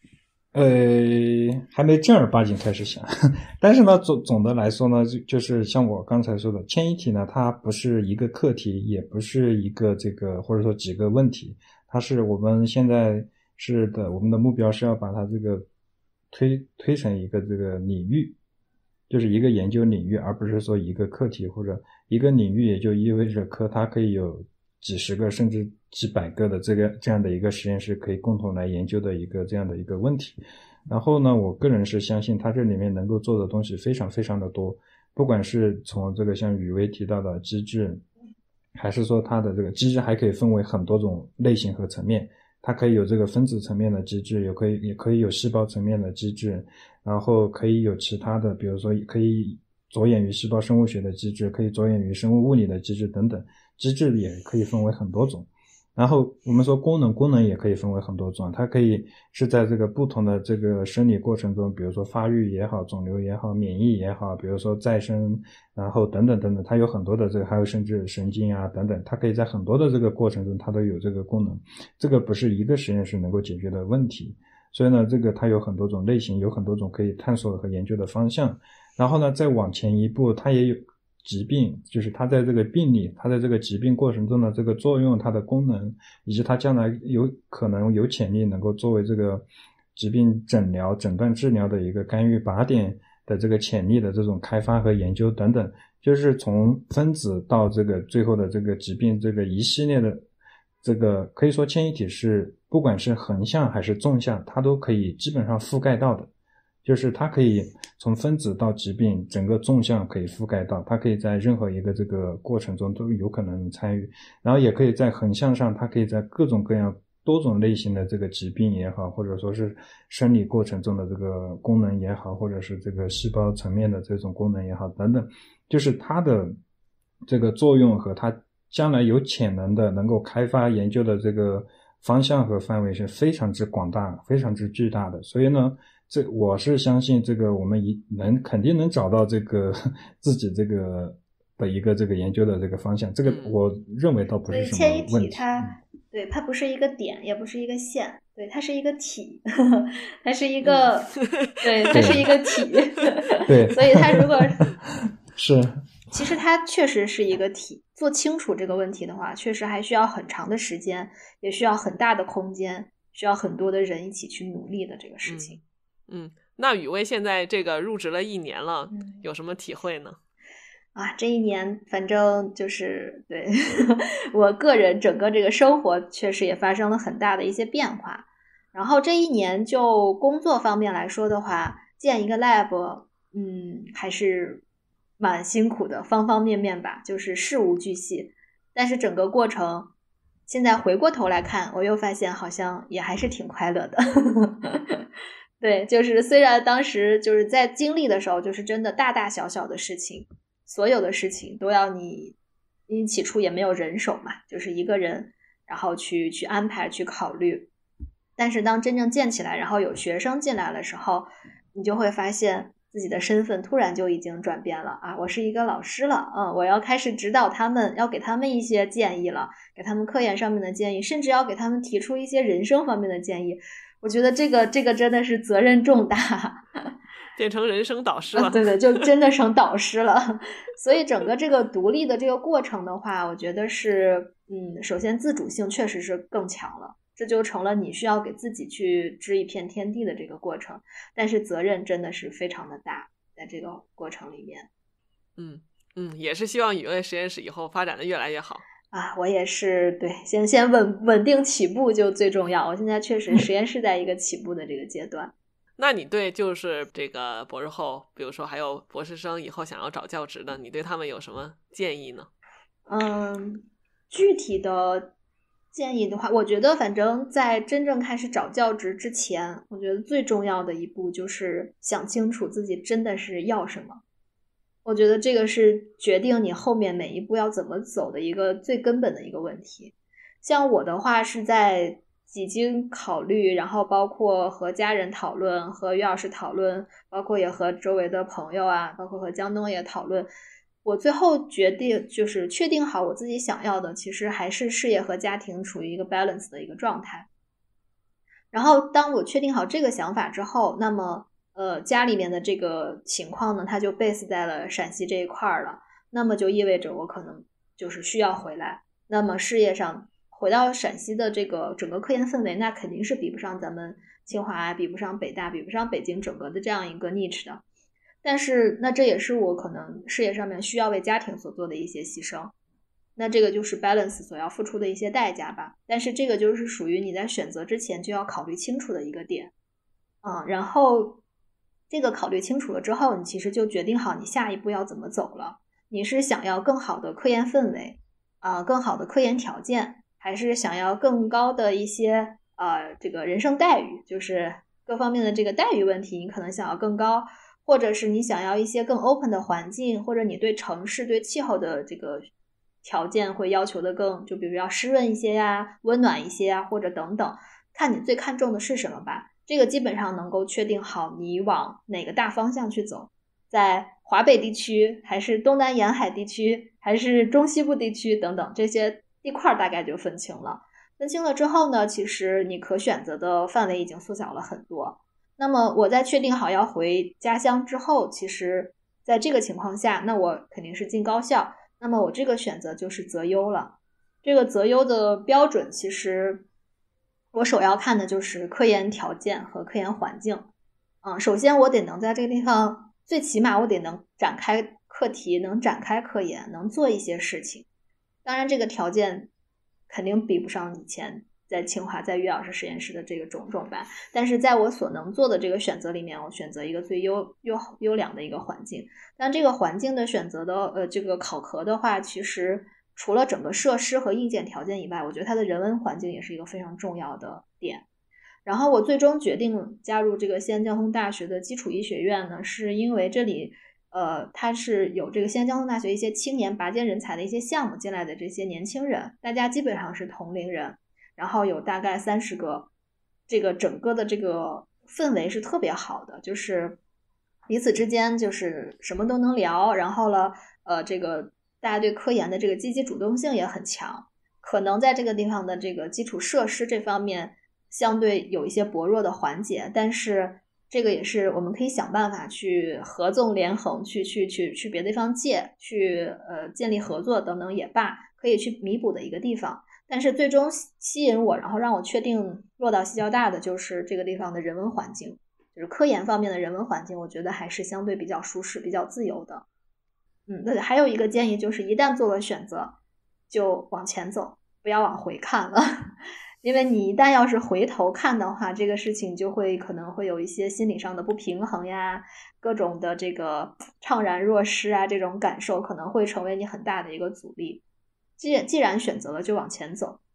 还没正儿八经开始想，但是呢，总的来说呢，就是像我刚才说的，迁移体呢，它不是一个课题，也不是一个这个或者说几个问题，它是我们现在我们的目标是要把它这个推成一个这个领域，就是一个研究领域，而不是说一个课题或者一个领域，也就意味着它可以有几十个甚至几百个的这样的一个实验室可以共同来研究的一个这样的一个问题。然后呢，我个人是相信它这里面能够做的东西非常非常的多，不管是从这个像雨薇提到的机制，还是说它的这个机制还可以分为很多种类型和层面，它可以有这个分子层面的机制，也可以有细胞层面的机制，然后可以有其他的，比如说可以着眼于细胞生物学的机制，可以着眼于生物物理的机制等等，机制也可以分为很多种。然后我们说功能也可以分为很多种，它可以是在这个不同的这个生理过程中，比如说发育也好，肿瘤也好，免疫也好，比如说再生，然后等等等等，它有很多的这个，还有甚至神经啊等等，它可以在很多的这个过程中它都有这个功能，这个不是一个实验室能够解决的问题。所以呢，这个它有很多种类型，有很多种可以探索和研究的方向。然后呢，再往前一步，它也有疾病，就是它在这个病理，它在这个疾病过程中的这个作用，它的功能，以及它将来可能有潜力能够作为这个疾病诊断治疗的一个干预靶点的这个潜力的这种开发和研究等等，就是从分子到这个最后的这个疾病这个一系列的这个，可以说迁移体是不管是横向还是纵向，它都可以基本上覆盖到的。就是它可以从分子到疾病整个纵向可以覆盖到，它可以在任何一个这个过程中都有可能参与，然后也可以在横向上，它可以在各种各样多种类型的这个疾病也好，或者说是生理过程中的这个功能也好，或者是这个细胞层面的这种功能也好等等，就是它的这个作用和它将来有潜能的能够开发研究的这个方向和范围是非常之广大非常之巨大的。所以呢，我是相信这个我们肯定能找到这个自己这个的一个这个研究的这个方向，这个我认为倒不是什么问题。 迁移体对，它不是一个点，也不是一个线，对，它是一个体它是一个对，它是一个体对所以它如果是其实它确实是一个体，做清楚这个问题的话，确实还需要很长的时间，也需要很大的空间，需要很多的人一起去努力的这个事情。 那雨薇现在这个入职了1年了，有什么体会呢？ 这一年反正就是对我个人整个这个生活确实也发生了很大的一些变化。然后这一年就工作方面来说的话，建一个 lab 还是蛮辛苦的，方方面面吧，就是事无巨细，但是整个过程现在回过头来看，我又发现好像也还是挺快乐的。对，就是虽然当时就是在经历的时候，就是真的大大小小的事情，所有的事情都要你起初也没有人手嘛，就是一个人然后去安排去考虑。但是当真正建起来，然后有学生进来的时候，你就会发现自己的身份突然就已经转变了啊！我是一个老师了，我要开始指导他们，要给他们一些建议了，给他们科研上面的建议，甚至要给他们提出一些人生方面的建议。我觉得这个真的是责任重大， 变成人生导师了。 对对，就真的成导师了。所以整个这个独立的这个过程的话，我觉得是首先自主性确实是更强了，这就成了你需要给自己去织一片天地的这个过程，但是责任真的是非常的大，在这个过程里面。 也是希望语味实验室以后发展的越来越好啊。我也是，对，先稳定起步就最重要。我现在确实实验室在一个起步的这个阶段。 那你对就是这个博士后，比如说还有博士生以后想要找教职的，你对他们有什么建议呢？ 具体的建议的话，我觉得反正在真正开始找教职之前，我觉得最重要的一步就是想清楚自己真的是要什么。我觉得这个是决定你后面每一步要怎么走的一个最根本的一个问题。像我的话是在几经考虑，然后包括和家人讨论，和于老师讨论，包括也和周围的朋友啊，包括和江东也讨论，我最后决定就是确定好我自己想要的，其实还是事业和家庭处于一个 balance 的一个状态。然后当我确定好这个想法之后，那么家里面的这个情况呢，它就 base 在了陕西这一块了，那么就意味着我可能就是需要回来。那么事业上回到陕西的这个整个科研氛围，那肯定是比不上咱们清华，比不上北大，比不上北京整个的这样一个 niche 的。但是那这也是我可能事业上面需要为家庭所做的一些牺牲，那这个就是 balance 所要付出的一些代价吧。但是这个就是属于你在选择之前就要考虑清楚的一个点然后这个考虑清楚了之后，你其实就决定好你下一步要怎么走了。你是想要更好的科研氛围更好的科研条件，还是想要更高的一些这个人生待遇，就是各方面的这个待遇问题你可能想要更高，或者是你想要一些更 open 的环境，或者你对城市对气候的这个条件会要求的更，就比如要湿润一些呀，温暖一些呀，或者等等，看你最看重的是什么吧。这个基本上能够确定好你往哪个大方向去走，在华北地区还是东南沿海地区还是中西部地区等等，这些地块大概就分清了。分清了之后呢，其实你可选择的范围已经缩小了很多。那么我在确定好要回家乡之后，其实在这个情况下，那我肯定是进高校，那么我这个选择就是择优了。这个择优的标准其实我首要看的就是科研条件和科研环境首先我得能在这个地方，最起码我得能展开课题，能展开科研，能做一些事情。当然这个条件肯定比不上以前在清华在于老师实验室的这个种种吧，但是在我所能做的这个选择里面，我选择一个最优良的一个环境。但这个环境的选择的这个考核的话，其实除了整个设施和硬件条件以外，我觉得它的人文环境也是一个非常重要的点。然后我最终决定加入这个西安交通大学的基础医学院呢，是因为这里它是有这个西安交通大学一些青年拔尖人才的一些项目进来的这些年轻人，大家基本上是同龄人，然后有大概30个，这个整个的这个氛围是特别好的，就是彼此之间就是什么都能聊，然后了这个大家对科研的这个积极主动性也很强。可能在这个地方的这个基础设施这方面相对有一些薄弱的环节，但是这个也是我们可以想办法去合纵连横，去别的地方借，去建立合作等等也罢，可以去弥补的一个地方。但是最终吸引我，然后让我确定落到西交大的就是这个地方的人文环境，就是科研方面的人文环境，我觉得还是相对比较舒适、比较自由的。对，还有一个建议就是一旦做了选择，就往前走，不要往回看了。因为你一旦要是回头看的话，这个事情就会可能会有一些心理上的不平衡呀，各种的这个怅然若失啊，这种感受可能会成为你很大的一个阻力。既然选择了就往前走，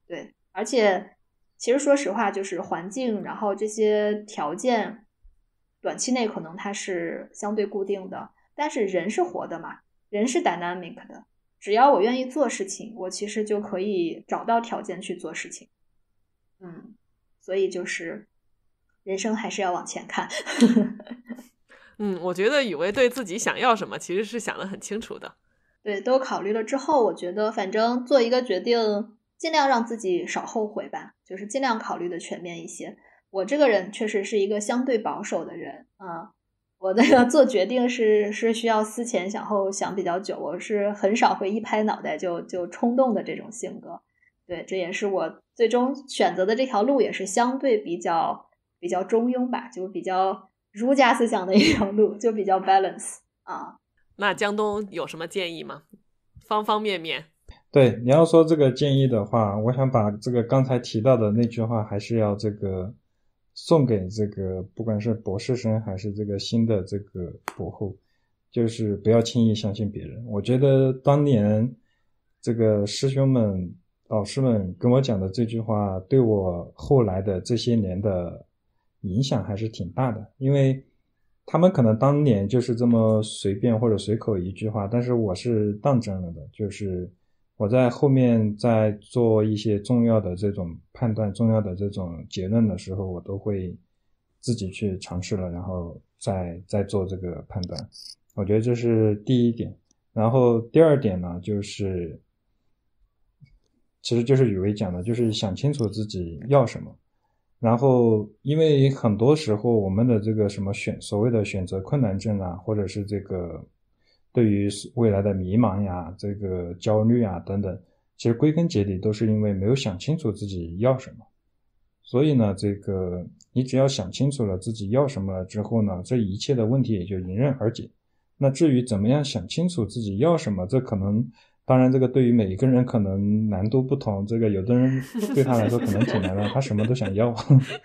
对，而且其实说实话，就是环境，然后这些条件，短期内可能它是相对固定的，但是人是活的嘛，人是 dynamic 的，只要我愿意做事情，我其实就可以找到条件去做事情。所以就是人生还是要往前看。 我觉得雨薇对自己想要什么其实是想得很清楚的。 对，都考虑了之后，我觉得反正做一个决定，尽量让自己少后悔吧，就是尽量考虑的全面一些。我这个人确实是一个相对保守的人啊，我那个做决定是需要思前想后想比较久，我是很少会一拍脑袋就冲动的这种性格。对，这也是我最终选择的这条路，也是相对比较中庸吧，就比较儒家思想的一条路，就比较 balance 啊。 那江东有什么建议吗？方方面面。 对，你要说这个建议的话，我想把这个刚才提到的那句话还是要这个送给这个不管是博士生还是这个新的这个博后，就是不要轻易相信别人。我觉得当年这个师兄们老师们跟我讲的这句话对我后来的这些年的影响还是挺大的，因为他们可能当年就是这么随便或者随口一句话，但是我是当真了的，就是我在后面在做一些重要的这种判断，重要的这种结论的时候，我都会自己去尝试了，然后再做这个判断。我觉得这是第一点。然后第二点呢，就是其实就是雨薇讲的，就是想清楚自己要什么。然后因为很多时候我们的这个什么所谓的选择困难症啊，或者是这个对于未来的迷茫呀，这个焦虑啊等等，其实归根结底都是因为没有想清楚自己要什么。所以呢，这个你只要想清楚了自己要什么了之后呢，这一切的问题也就迎刃而解。那至于怎么样想清楚自己要什么，这可能当然这个对于每一个人可能难度不同，这个有的人对他来说可能挺难的，他什么都想要。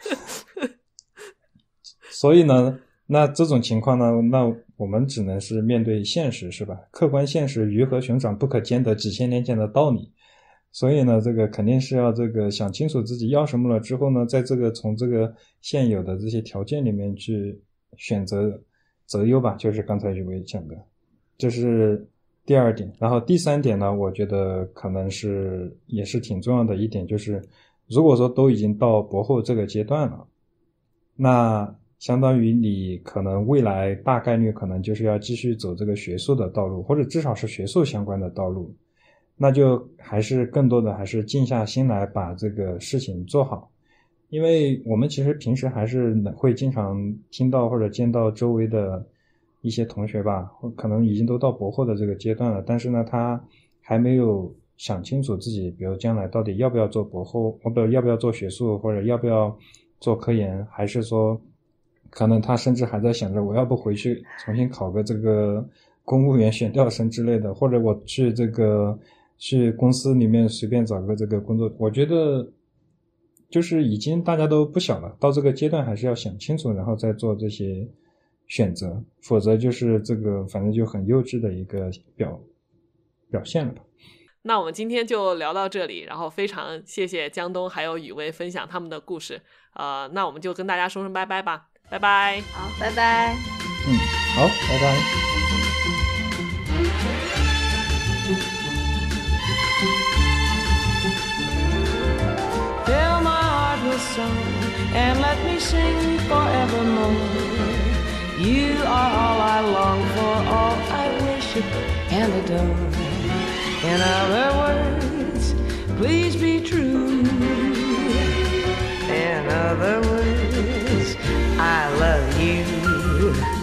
所以呢，那这种情况呢，那我们只能是面对现实，是吧？客观现实鱼和熊掌不可兼得，几千年前的道理。所以呢，这个肯定是要这个想清楚自己要什么了之后呢，在这个从这个现有的这些条件里面去选择择优吧，就是刚才雨薇讲的，这是第二点。然后第三点呢，我觉得可能是也是挺重要的一点，就是如果说都已经到博后这个阶段了，那相当于你可能未来大概率可能就是要继续走这个学术的道路，或者至少是学术相关的道路，那就还是更多的还是静下心来把这个事情做好。因为我们其实平时还是会经常听到或者见到周围的一些同学吧，可能已经都到博后的这个阶段了，但是呢他还没有想清楚自己比如将来到底要不要做博后，要不要做学术，或者要不要做科研，还是说可能他甚至还在想着我要不回去重新考个这个公务员选调生之类的，或者我去公司里面随便找个这个工作。我觉得就是已经大家都不小了，到这个阶段还是要想清楚，然后再做这些选择，否则就是这个反正就很幼稚的一个表现了吧。 那我们今天就聊到这里，然后非常谢谢江东还有雨薇分享他们的故事。那我们就跟大家说声拜拜吧，拜拜。 好，拜拜。 好，拜拜。 Fill my heart with song and let me sing forevermore. You are all I long for, all I worship and adore. In other words, please be true. In other words, I love you.